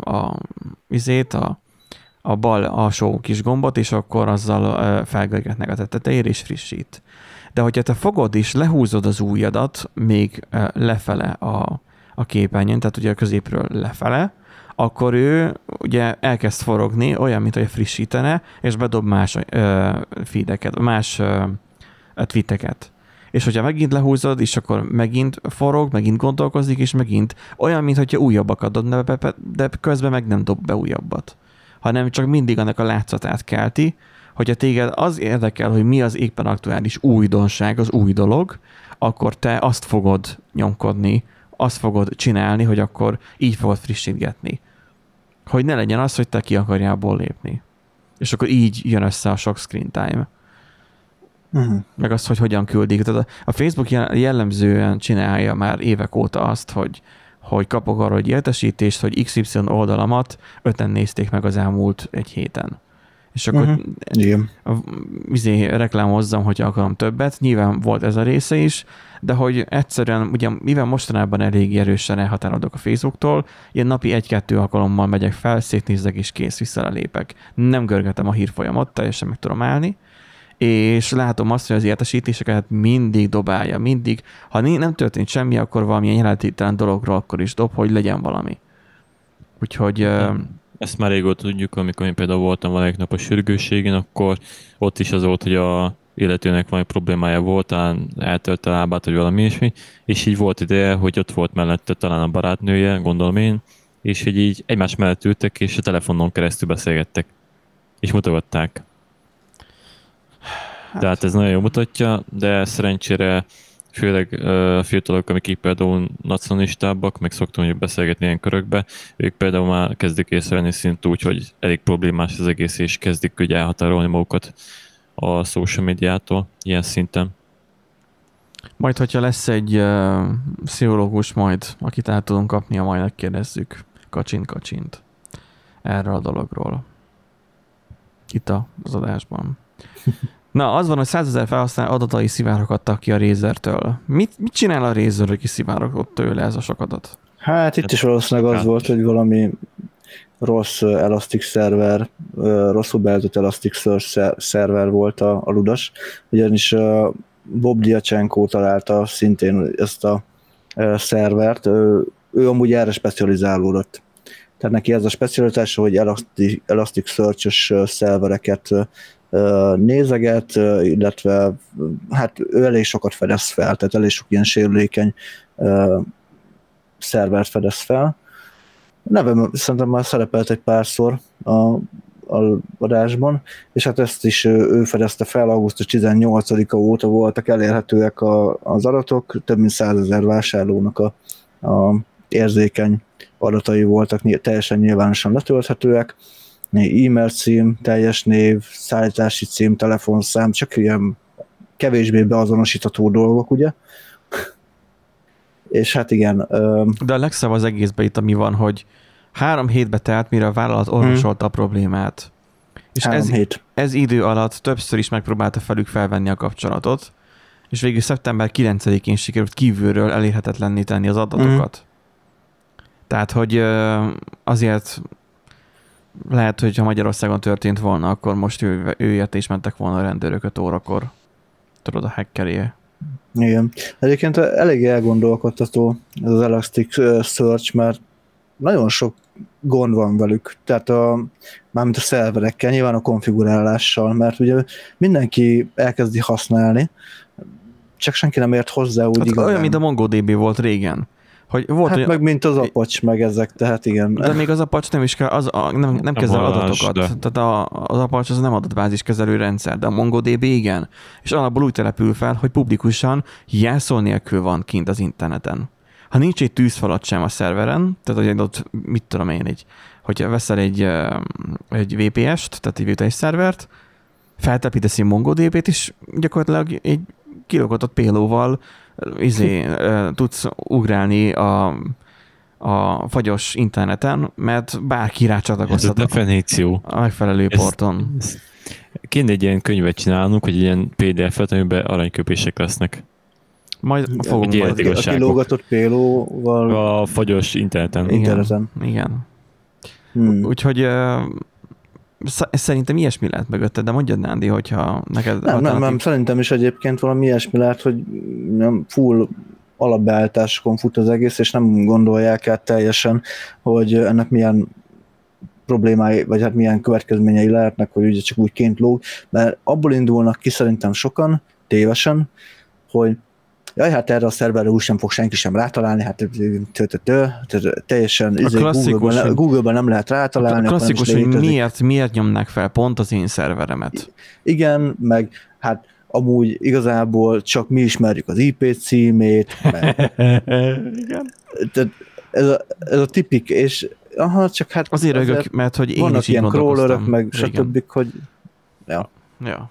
a bal alsó kis gombot, és akkor azzal felgörgetnek a tetejére, és frissít. De hogyha te fogod és lehúzod az ujjadat még lefele a képernyőn, tehát ugye a középről lefele, akkor ő ugye elkezd forogni, olyan, mint hogy frissítene, és bedob más feedeket, más tweeteket. És hogyha megint lehúzod, és akkor megint forog, megint gondolkozik, és megint olyan, mintha újabbakat dob be, de közben meg nem dob be újabbat. Hanem csak mindig annak a látszatát kelti, hogyha téged az érdekel, hogy mi az éppen aktuális újdonság, az új dolog, akkor te azt fogod nyomkodni, azt fogod csinálni, hogy akkor így fogod frissítgetni. Hogy ne legyen az, hogy te ki akarjál abból lépni. És akkor így jön össze a sok screen time. Meg azt, hogy hogyan küldik. Tehát a Facebook jellemzően csinálja már évek óta azt, hogy kapok arra egy értesítést, hogy XY oldalamat 5-en nézték meg az elmúlt egy héten. És akkor reklámozzam, hogy akarom többet. Nyilván volt ez a része is, de hogy egyszerűen, ugye mivel mostanában elég erősen elhatárolok a Facebooktól, ilyen napi 1-2 alkalommal megyek fel, szétnézzek és kész, visszalépek. Nem görgetem a hírfolyamot, teljesen meg tudom állni, és látom azt, hogy az értesítéseket mindig dobálja, mindig. Ha nem történt semmi, akkor valamilyen jelentéktelen dologról akkor is dob, hogy legyen valami. Úgyhogy... Ezt már régóta tudjuk, amikor én például voltam valamelyik nap a sürgősségén, akkor ott is az volt, hogy a illetőnek valami problémája volt, talán eltört a lábát, vagy valami ilyesmi, és így volt ideje, hogy ott volt mellette talán a barátnője, gondolom én, és hogy így egymás mellett ültek, és a telefonon keresztül beszélgettek, és mutogatták. Tehát ez nagyon jól mutatja, de szerencsére főleg a fiatalok, amik így például nacionalistábbak, meg szoktam hogy beszélgetni ilyen körökbe, ők például már kezdik észrevenni szint úgy, hogy elég problémás az egész, és kezdik ugye elhatárolni magukat a social médiától ilyen szinten. Majd, hogyha lesz egy pszichológus majd, akit át tudunk kapni, majd megkérdezzük kacsint erről a dologról. Itt az adásban. Na, az van, hogy 100 000 felhasználó adatai szivároghattak ki a Razertől. Mit csinál a Razer, hogy kiszivárogott tőle ez a sok adat? Hát itt is valószínűleg az volt, hogy valami rossz Elasticsearch, rosszul beállított Elasticsearch szerver volt a ludas, ugyanis Bob Diachenko találta szintén ezt a szervert, ő amúgy erre specializálódott. Tehát neki ez a specialitása, hogy Elasticsearch-ös szervereket nézeget, illetve hát ő elég sokat fedez fel, tehát elég sok ilyen sérülékeny szervert fedez fel. Nevem szerintem már szerepelt egy párszor a adásban, és hát ezt is ő fedezte fel, augusztus 18-a óta voltak elérhetőek az adatok, több mint 100 000 vásárlónak a érzékeny adatai voltak, teljesen nyilvánosan letölthetőek, e-mail cím, teljes név, szállítási cím, telefonszám, csak ilyen kevésbé beazonosítható dolgok, ugye? És hát igen. De a legszebb az egészben itt, ami van, hogy 3 hétbe telt, mire a vállalat orvosolta a problémát. És ez idő alatt többször is megpróbálta velük felvenni a kapcsolatot, és végül szeptember 9-én sikerült kívülről elérhetetlenné tenni az adatokat. Tehát, hogy azért lehet, hogy ha Magyarországon történt volna, akkor most őért is mentek volna a rendőrök 5 órakor. Tudod, a hackerje. Igen. Egyébként eléggé elgondolkodtató ez az Elasticsearch, mert nagyon sok gond van velük, tehát mármint a szerverekkel, nyilván a konfigurálással, mert ugye mindenki elkezdi használni, csak senki nem ért hozzá úgy igazán. Olyan, mint a MongoDB volt régen. Hogy volt, hát meg mint az Apache, meg ezek, tehát igen. De még az Apache nem is kell, nem kezel adatokat. De. Tehát az Apache az nem adatbázis kezelő rendszer, de a MongoDB igen. És alapból úgy települ fel, hogy publikusan jelszó nélkül van kint az interneten. Ha nincs egy tűzfalat sem a szerveren, tehát hogy ott, mit tudom én, hogyha veszel egy VPS-t, tehát egy virtuális szervert, feltelepítesz egy MongoDB-t, és gyakorlatilag egy kilógatott payload-val tudsz ugrálni a fagyos interneten, mert bárki rácsatlakozhat a definíció. A megfelelő porton. Kéne egy ilyen könyvet csinálnunk, hogy egy ilyen PDF-et, amiben aranyköpések lesznek. Majd fogunk a kilógatott payload-val a fagyos interneten. Igen. Úgyhogy szerintem ilyesmi lehet mögötted, de mondjad, Nándi, hogyha neked... Nem, szerintem is egyébként valami ilyesmi lehet, hogy full alapbeállításokon fut az egész, és nem gondolják át teljesen, hogy ennek milyen problémái, vagy hát milyen következményei lehetnek, hogy ugye csak úgy kint lóg, mert abból indulnak ki szerintem sokan, tévesen, hogy jaj, hát erre a szerverre úgy sem fog senki sem rátalálni, hát teljesen Google-ben nem lehet rátalálni. Klasszikus, hogy miért nyomnák fel pont az én szerveremet. Igen, meg hát amúgy igazából csak mi ismerjük az IP címét, igen. Ez a tipik, és csak hát azért örgök, mert hogy én vannak is így ilyen crawlerök, meg igen. stb., hogy ja.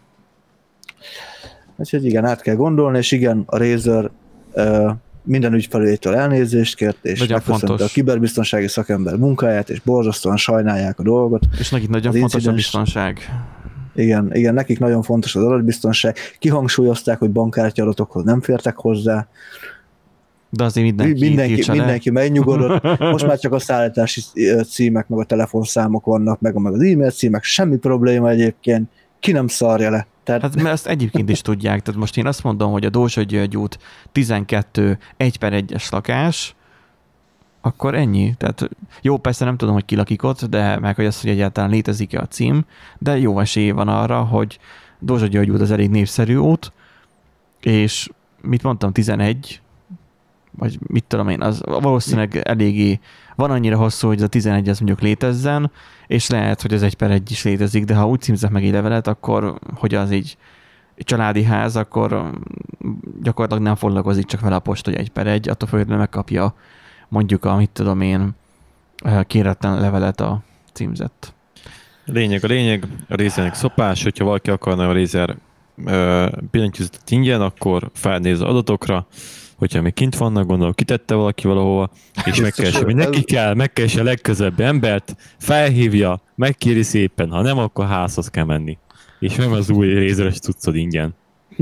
Úgyhogy igen, át kell gondolni, és igen, a Razer minden ügyfelétől elnézést kért, és megköszönte a kiberbiztonsági szakember munkáját, és borzasztóan sajnálják a dolgot. És nekik nagyon fontos a biztonság. Igen, nekik nagyon fontos az adatbiztonság. Kihangsúlyozták, hogy bankkártya adatokhoz nem fértek hozzá. De azért mindenki megnyugodott. Most már csak a szállítási címek, meg a telefonszámok vannak, meg az e-mail címek, semmi probléma egyébként. Ki nem szarja le. Hát mert ezt egyébként is tudják. Tehát most én azt mondom, hogy a Dózsa György út 12 1/1-es lakás, akkor ennyi. Tehát jó, persze nem tudom, hogy ki lakik ott, de meg hogy az, hogy egyáltalán létezik-e a cím, de jó esély van arra, hogy Dózsa György út az elég népszerű út, és mit mondtam, 11, vagy mit tudom én, az valószínűleg eléggé van annyira hosszú, hogy az a 11 az mondjuk létezzen, és lehet, hogy az 1/1 is létezik, de ha úgy címzek meg egy levelet, akkor, hogy az egy családi ház, akkor gyakorlatilag nem foglalkozik csak vele a posta, hogy 1/1, attól függően megkapja mondjuk a, mit tudom én, kéretlen levelet a címzett. A lényeg, a Razernek szopás, hogyha valaki akarna a Razer billentyűzetet ingyen, akkor felnéz az adatokra, hogyha még kint vannak, gondolom, kitette valaki valahova, és megkeresi a legközelebbi embert, felhívja, megkéri szépen, ha nem, akkor házhoz kell menni. És meg az új Razeres cuccod ingyen.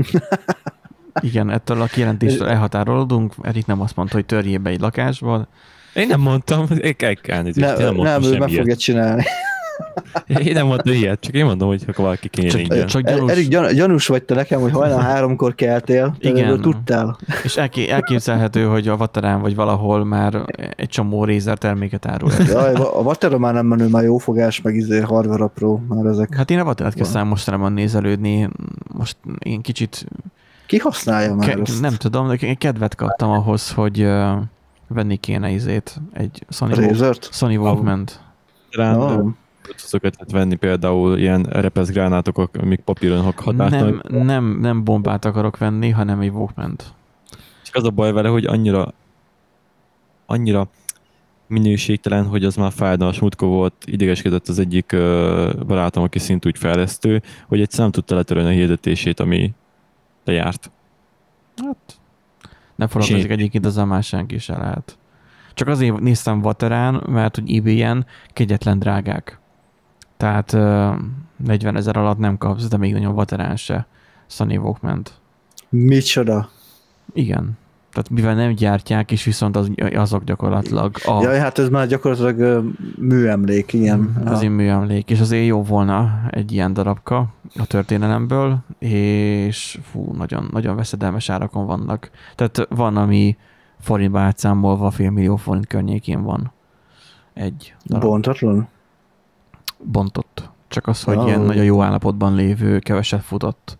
Igen, ettől a kijelentéstől elhatárolódunk. Erik nem azt mondta, hogy törjél be egy lakásból. Én nem mondtam, nem, ő meg fogja csinálni. Én nem mondtam ilyet, csak én mondom, hogy ha valaki kéne ingyen. Erik, gyanús vagy te nekem, hogy hajnal 3-kor keltél, igen. Tudtál. És elképzelhető, hogy a Vaterán vagy valahol már egy csomó Razer terméket árul. A Vatera már nem menő, már jófogás, meg Hardware Pro, már ezek. Hát én a Vaterát kezdtem mostanában nézelődni, most én kicsit... Ki használja már ezt? Nem tudom, de kedvet kaptam ahhoz, hogy venni kéne egy Sony Walkman-t. Azokat lehet venni például ilyen repeszgránátok, amik papíron hatásnak. Nem bombát akarok venni, hanem egy Walkman-t. Csak az a baj vele, hogy annyira minőségtelen, hogy az már fájdalmas. Múltkor volt, idegeskedett az egyik barátom, aki szintúgy fejlesztő, hogy egyszer nem tudta letörölni a hirdetését, ami lejárt. Hát, nem foglalkozik egyébként, az a másánk is el lehet. Csak azért néztem Vaterán, mert hogy eBay-en kegyetlen drágák. Tehát 40 000 alatt nem kapsz, de még nagyon Vaterán se Sony Walkman-t. Micsoda? Igen. Tehát mivel nem gyártják, és viszont azok gyakorlatilag... Jaj, hát ez már gyakorlatilag műemlék, ilyen. Azért műemlék, és azért jó volna egy ilyen darabka a történelemből, és nagyon, nagyon veszedelmes árakon vannak. Tehát van, ami forintba átszámolva $5 millió környékén van egy darab. Bontatlan? Bontott. Csak az, hogy ilyen nagyon jó állapotban lévő, keveset futott.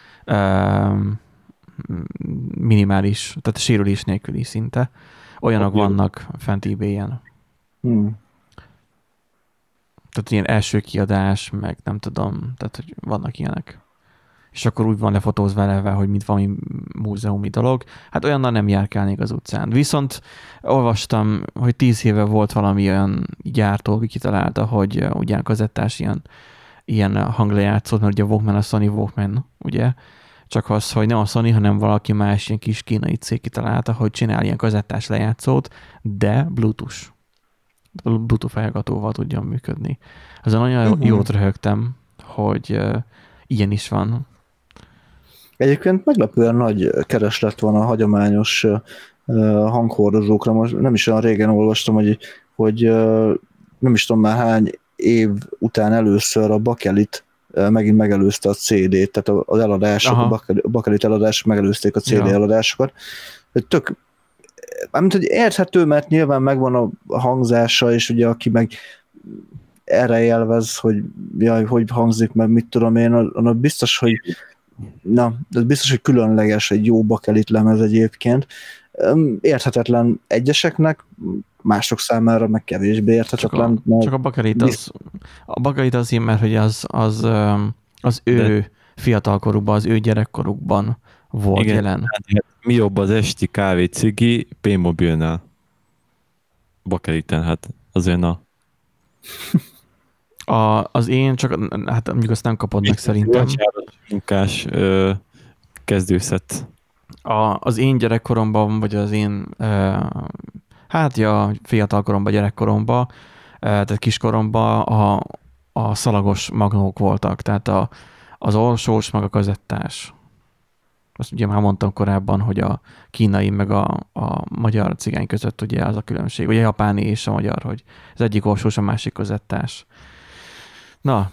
Minimális, tehát sérülés nélküli szinte. Olyanok vannak fent eBay-en. Tehát ilyen első kiadás, meg nem tudom, tehát hogy vannak ilyenek. És akkor úgy van lefotózva eleve, hogy mint valami múzeumi dolog. Hát olyannal nem járkálnék az utcán. Viszont olvastam, hogy 10 éve volt valami olyan gyártó, aki kitalálta, hogy ugyan kazettás ilyen hanglejátszót, mert ugye a Walkman a Sony Walkman, ugye? Csak az, hogy nem a Sony, hanem valaki más ilyen kis kínai cég kitalálta, hogy csinál ilyen kazettás lejátszót, de Bluetooth hallgatóval tudjon működni. Azon nagyon jót röhögtem, hogy ilyen is van. Egyébként meglepően nagy kereslet van a hagyományos hanghordozókra. Most nem is olyan régen olvastam, hogy nem is tudom már hány év után először a Bakelit megint megelőzte a CD-t, tehát az eladások, a Bakelit eladások megelőzték a CD eladásokat. Mármint, hogy érthető, mert nyilván megvan a hangzása, és ugye aki meg erre élvez, hogy jaj, hogy hangzik, meg mit tudom én, annak biztos, hogy különleges egy jó Bakelit lemez egyébként. Érthetetlen egyeseknek, mások számára meg kevésbé érthetetlen. Csak a Bakelit azért, mert hogy az ő fiatalkorukban, az ő gyerekkorukban volt jelen. Hát, mi jobb az esti kávé cigi P-mobilnál? Bakeliten, hát azért az én csak, hát mondjuk azt nem kapod meg szerintem. Munkás kezdőszett. Az én gyerekkoromban, vagy az én fiatalkoromban, gyerekkoromban, tehát kiskoromban a szalagos magnók voltak, tehát az orsós, meg a kazettás. Azt ugye már mondtam korábban, hogy a kínai meg a magyar cigány között ugye az a különbség, vagy a japáni és a magyar, hogy az egyik orsós, a másik kazettás. Na,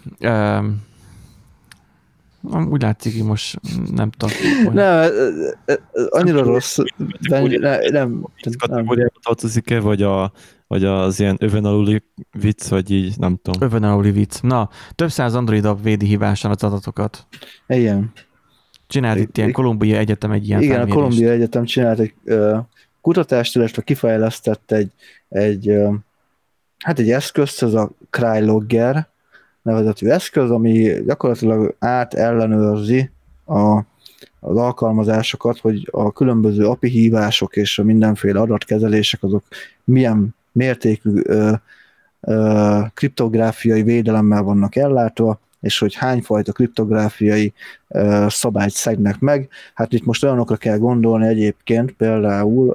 úgy látszik, hogy most nem tudom. Nem, annyira rossz. Nem. Kategóriába tartozik-e, vagy az ilyen övön aluli vicc, vagy így, nem tudom. Övön aluli vicc. Na, több száz Android app védi hibásan az adatokat. Igen. Csinált itt ilyen Columbia Egyetem egy ilyen felmérést. Igen, a Columbia Egyetem csinált egy kutatást, illetve kifejlesztett egy eszközt, ez a Crylogger nevezetű eszköz, ami gyakorlatilag ellenőrzi az alkalmazásokat, hogy a különböző API hívások és a mindenféle adatkezelések azok milyen mértékű kriptográfiai védelemmel vannak ellátva, és hogy hányfajta kriptográfiai szabályt szegnek meg. Hát itt most olyanokra kell gondolni egyébként, például,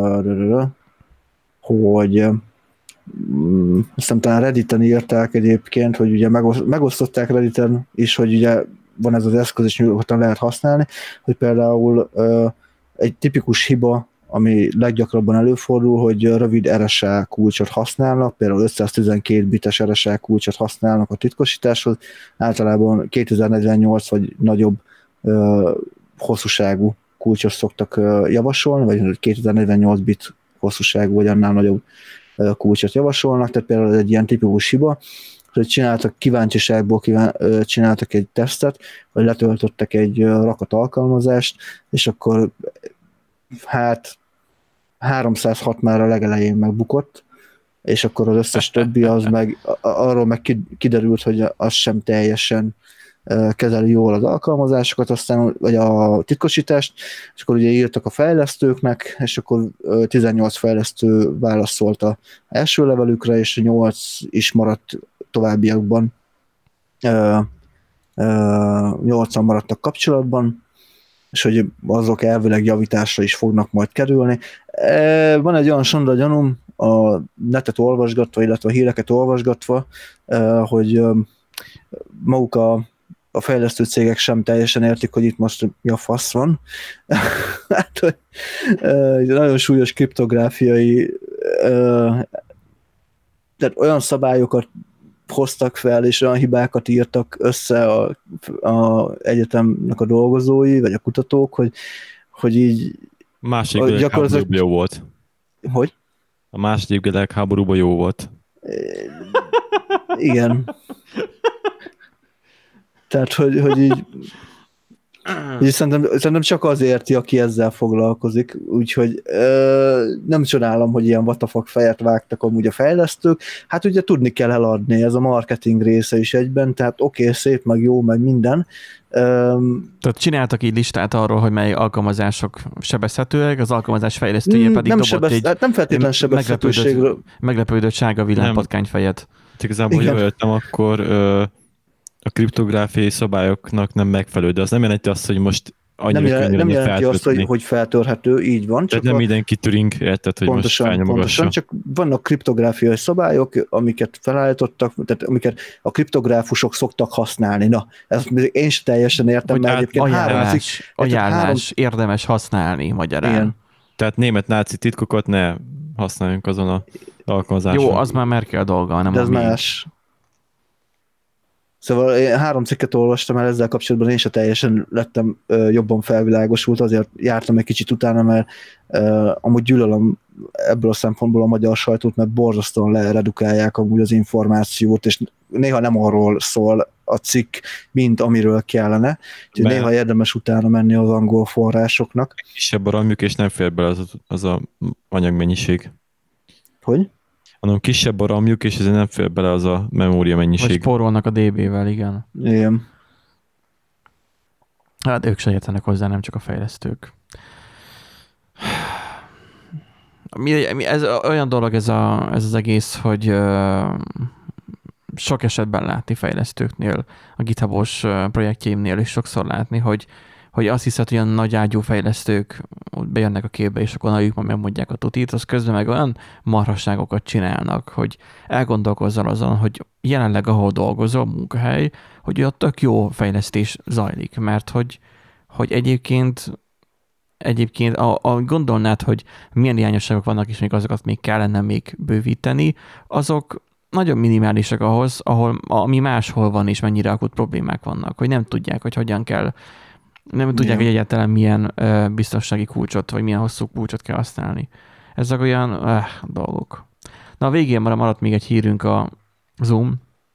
hogy aztán talán Redditen írták egyébként, hogy ugye megosztották Redditen is, hogy ugye van ez az eszköz, és nyugodtan lehet használni, hogy például egy tipikus hiba, ami leggyakrabban előfordul, hogy rövid RSA kulcsot használnak, például 512 bites RSA kulcsot használnak a titkosításhoz, általában 2048 vagy nagyobb hosszúságú kulcsot szoktak javasolni, vagy 2048 bit hosszúságú, vagy annál nagyobb kulcsot javasolnak, tehát például ez egy ilyen tipikus hiba, hogy csináltak kíváncsiságból, csináltak egy tesztet, vagy letöltöttek egy rakat alkalmazást, és akkor hát 306 már a legelején megbukott, és akkor az összes többi az meg, arról meg kiderült, hogy az sem teljesen kezeli jól az alkalmazásokat, aztán, vagy a titkosítást, és akkor ugye írtak a fejlesztőknek, és akkor 18 fejlesztő válaszolt az első levelükre, és 8 is maradt továbbiakban. 8-an maradtak kapcsolatban, és hogy azok elvileg javításra is fognak majd kerülni. Van egy olyan sonda gyanúm, a netet olvasgatva, illetve a híreket olvasgatva, hogy maguk a fejlesztő cégek sem teljesen értik, hogy itt most mi a fasz van. Hát, hogy nagyon súlyos kriptográfiai tehát olyan szabályokat hoztak fel, és olyan hibákat írtak össze a egyetemnek a dolgozói, vagy a kutatók, hogy így a második világháborúban jó volt. Hogy? A második világháborúban jó volt. Igen. Tehát, hogy így szerintem csak az érti, aki ezzel foglalkozik, úgyhogy nem csodálom, hogy ilyen what the fuck fejet vágtak amúgy a fejlesztők. Hát ugye tudni kell eladni, ez a marketing része is egyben, tehát oké, szép, meg jó, meg minden. Tehát csináltak így listát arról, hogy mely alkalmazások sebezhetőek, az alkalmazás fejlesztője pedig nem dobott egy nem feltétlenül sebezhetőségről. Meglepődött sárga villámpatkányfejet. Igazából, hogy jöttem, akkor a kriptográfiai szabályoknak nem megfelelő, de az nem jelenti azt, hogy most annyira könnyű nem jelenti azt, hogy feltörhető, így van. Tehát nem mindenki Turing, érted, hogy pontosan, most felnyomogassa. Pontosan, csak vannak kriptográfiai szabályok, amiket felállítottak, tehát amiket a kriptográfusok szoktak használni. Na, ezt én sem teljesen értem, hogy mert egyébként ajánlás érdemes használni magyarán. Igen. Tehát német náci titkokat ne használjunk azon a alkalmazáson. Jó, az már Merkel dolga, nem de ez más. Szóval én 3 cikket olvastam el ezzel kapcsolatban, én sem teljesen lettem jobban felvilágosult, azért jártam egy kicsit utána, mert amúgy gyűlölöm ebből a szempontból a magyar sajtót, mert borzasztóan leredukálják amúgy az információt, és néha nem arról szól a cikk, mint amiről kellene. Úgyhogy néha érdemes utána menni az angol forrásoknak. Kisebb a RAM-juk, és nem fér bele az a anyagmennyiség. Hogy? Hanem kisebb a RAM-juk, és ezért nem fér bele az a memória mennyiség. Vagy spórolnak a DB-vel, igen. Igen. Hát ők se értenek hozzá, nem csak a fejlesztők. Ez olyan dolog ez az egész, hogy sok esetben látni fejlesztőknél, a GitHub-os projektjeimnél is sokszor látni, hogy azt hiszed, hogy olyan nagy ágyú fejlesztők bejönnek a képbe, és akkor ők megmondják a tutit, az közben meg olyan marhasságokat csinálnak, hogy elgondolkozzal azon, hogy jelenleg ahol dolgozol, munkahely, hogy ott tök jó fejlesztés zajlik, mert hogy egyébként gondolnád, hogy milyen hiányosságok vannak, és még azokat még kellene még bővíteni, azok nagyon minimálisak ahhoz, ami máshol van, és mennyire akut problémák vannak, hogy nem tudják, hogy hogyan kell, nem tudják, hogy egyáltalán milyen biztonsági kulcsot, vagy milyen hosszú kulcsot kell használni. Ezek olyan dolgok. Na a végén maradt még egy hírünk a Zoom,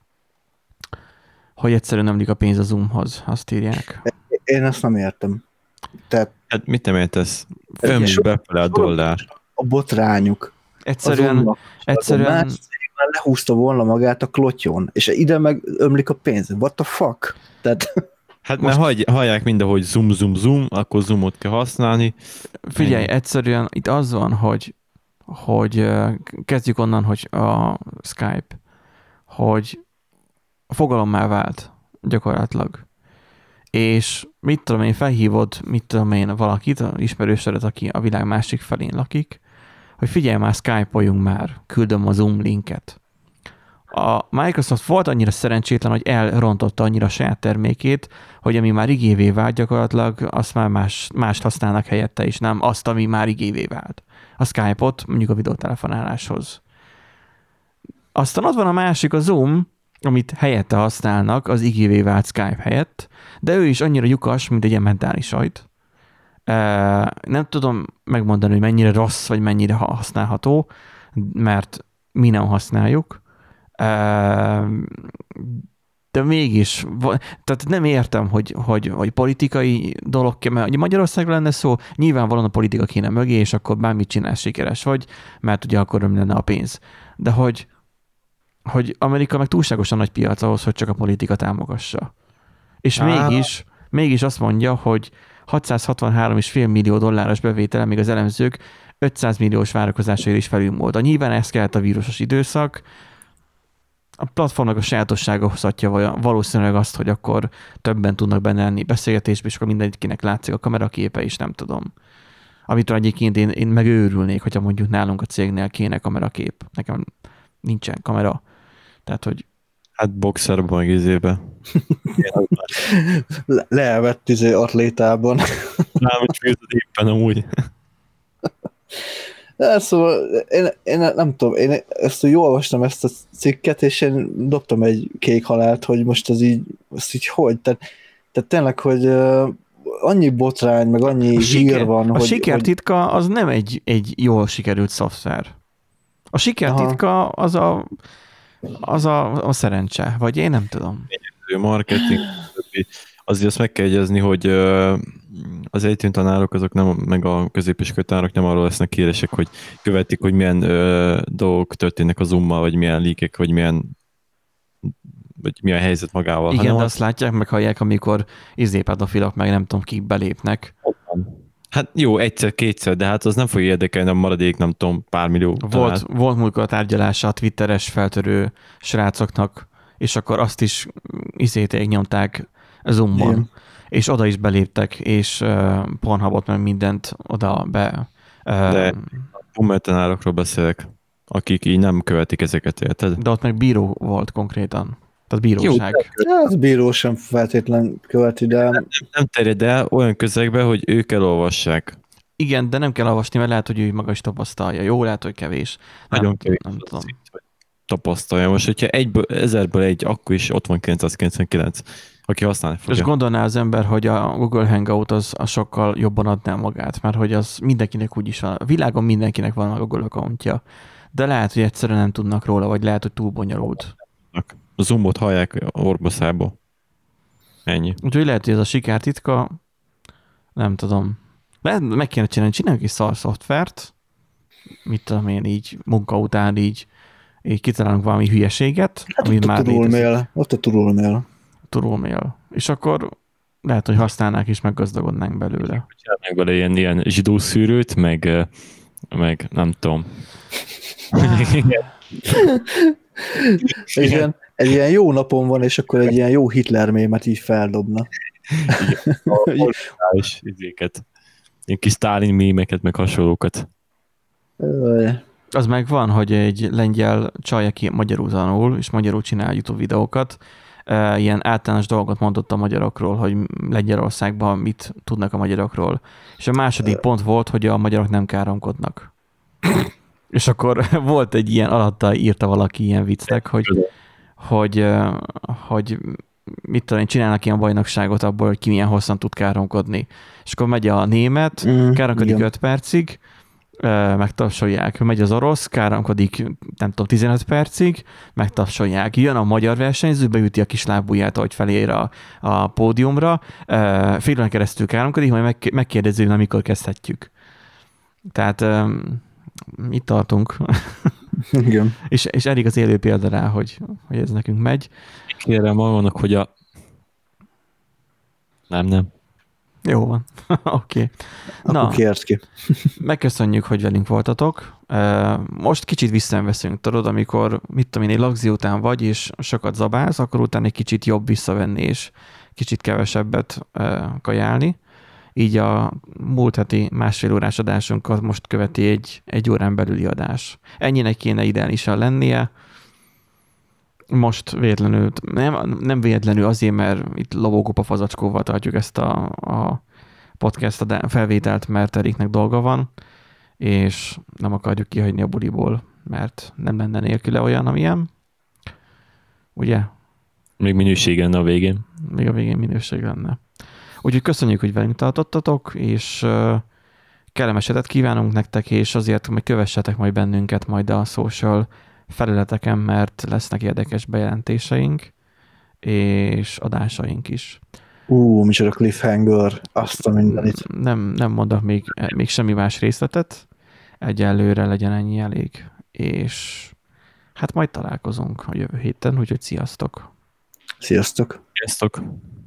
hogy egyszerűen nem a pénz a Zoomhoz, azt írják. Én ezt nem értem. Tehát hát mit nem értesz? Ömlik befele a dollár. A botrányuk. Egyszerűen lehúzta volna magát a klottyon, és ide meg ömlik a pénz. What the fuck? Tehát... Hát most... mert hallják mindahogy zoom, akkor zoomot kell használni. Figyelj, egyszerűen itt az van, hogy kezdjük onnan, hogy a Skype, hogy fogalommá vált gyakorlatilag. És mit tudom én, felhívod, valakit, ismerősödet, aki a világ másik felén lakik, hogy figyelj már, Skype-oljunk már, küldöm a Zoom linket. A Microsoft volt annyira szerencsétlen, hogy elrontotta annyira a saját termékét, hogy ami már igévé vált gyakorlatilag, azt már mást használnak helyette, és nem azt, ami már igévé vált. A Skype-ot mondjuk a videótelefonáláshoz. Aztán ott van a másik, a Zoom, amit helyette használnak az igévé vált Skype helyett, de ő is annyira lyukas, mint egy ilyen mentális sajt. Nem tudom megmondani, hogy mennyire rossz, vagy mennyire használható, mert mi nem használjuk. de mégis, tehát nem értem, hogy politikai dolog kell, mert Magyarországra lenne szó, nyilvánvalóan a politika kéne mögé, és akkor bármit csinálsz, sikeres vagy, mert ugye akkor nem lenne a pénz. De hogy Amerika meg túlságosan nagy piac ahhoz, hogy csak a politika támogassa. És mégis azt mondja, hogy $663,5 millió bevétele, még az elemzők 500 milliós várakozásaira is felülmúlt. Nyilván ez kellett a vírusos időszak. A platformnak a sajátossága hozhatja valószínűleg azt, hogy akkor többen tudnak benne lenni beszélgetésbe, és akkor mindenkinek látszik a kameraképe, és nem tudom. Amitől egyébként én megőrülnék, hogyha mondjuk nálunk a cégnél kéne kamerakép. Nekem nincsen kamera. Tehát, hogy hát boxerban meg izébe. Leelvett atlétában. Nem, hogy főzöd éppen amúgy. Szóval én nem tudom, én ezt jól olvastam ezt a cikket, és én dobtam egy kék halált, hogy most ez így hogy? Tehát tényleg, hogy annyi botrány, meg annyi hír van, a sikertitka az nem egy jól sikerült szoftver. A sikertitka az a szerencse, vagy én nem tudom. Marketing, azért azt meg kell egyezni, hogy az egyetemi tanárok, azok nem, meg a középiskolai tanárok nem arról lesznek híresek, hogy követik, hogy milyen dolgok történnek a Zoom-mal, vagy milyen leakek, vagy milyen helyzet magával. Igen, de azt látják, meg hallják, amikor pedofilok, meg nem tudom, kik belépnek. Hát jó, egyszer-kétszer, de hát az nem fogja érdekelni a maradék, nem tudom, pár millió. Volt múltkor a tárgyalása a twitteres feltörő srácoknak, és akkor azt is nyomták Zoom-on, igen. És oda is beléptek, és Pornhubot, meg mindent oda be... De tanárokról beszélek, akik így nem követik ezeket, érted? De ott meg bíró volt konkrétan. Tehát bíróság. Jó, az bíró sem feltétlen követi, de... Nem terjed el olyan közegbe, hogy ők elolvassák. Igen, de nem kell olvasni, mert lehet, hogy ő maga is tapasztalja. Jó, lehet, hogy kevés. Nagyon kevés. Nem tudom. Tapasztalja. Most, hogyha 1000-ből egy, akkor is ott van 999, aki használni fogja. És gondolná az ember, hogy a Google Hangout az sokkal jobban adná magát, mert hogy az mindenkinek úgyis van. A világon mindenkinek van a Google accountja. De lehet, hogy egyszerűen nem tudnak róla, vagy lehet, hogy túl bonyolult. A Zoomot hallják orbaszába. Ennyi. Úgyhogy lehet, hogy ez a sikertitka, nem tudom. Meg kéne csinálni egy szar szoftvert, mit tudom én, így munka után így kitalálunk valami hülyeséget. Hát ott a turulmail. És akkor lehet, hogy használnák és meggazdagodnánk belőle. Csinálnánk bele ilyen zsidó szűrőt, meg nem tudom. Igen. Egy ilyen jó napon van, és akkor egy ilyen jó Hitler mémet így feldobna. És izéket. Ilyen kis Sztálin mémeket, meg hasonlókat. Az meg van, hogy egy lengyel csaj, aki magyarul tanul, és magyarul csinál YouTube videókat, ilyen általános dolgot mondott a magyarokról, hogy Lengyelországban mit tudnak a magyarokról. És a második pont volt, hogy a magyarok nem káromkodnak. És akkor volt egy ilyen, alatta írta valaki ilyen viccnek, hogy mit tudom én, csinálnak ilyen bajnokságot abból, hogy ki milyen hosszan tud káromkodni. És akkor megy a német, káromkodik 5 percig, megtapsolják. Megy az orosz, káromkodik, nem tudom, 15 percig, megtapsolják. Jön a magyar versenyző, beüti a kis lábujját, ahogy felér a pódiumra, fél órán keresztül káromkodik, majd megkérdezi, hogy mikor kezdhetjük. Tehát itt tartunk. Igen. és elég az élő példa rá, hogy ez nekünk megy. Kérem magamnak, hogy Nem. Jó van. Oké. Akkor kérsz ki. Megköszönjük, hogy velünk voltatok. Most kicsit visszaveszünk, tudod, amikor, mit tudom én, egy lagzi után vagy, és sokat zabálsz, akkor utána egy kicsit jobb visszavenni, és kicsit kevesebbet kajálni. Így a múlt heti másfél órás adásunkat most követi egy órán belüli adás. Ennyinek kéne ideálisan lennie. Most véletlenül, nem véletlenül azért, mert itt lovókopa fazacskóval tartjuk ezt a podcast felvételt, mert Eriknek dolga van, és nem akarjuk kihagyni a buliból, mert nem lenne nélküle olyan, amilyen. Ugye? Még minőség lenne a végén. Még a végén minőség lenne. Úgyhogy köszönjük, hogy velünk tartottatok, és kellemes hetet kívánunk nektek, és azért meg kövessetek majd bennünket majd a social felületeken, mert lesznek érdekes bejelentéseink, és adásaink is. Micsoda cliffhanger, azt a mindenit. Nem mondok még semmi más részletet, egyelőre legyen ennyi elég, és hát majd találkozunk a jövő héten, úgyhogy sziasztok! Sziasztok! Sziasztok!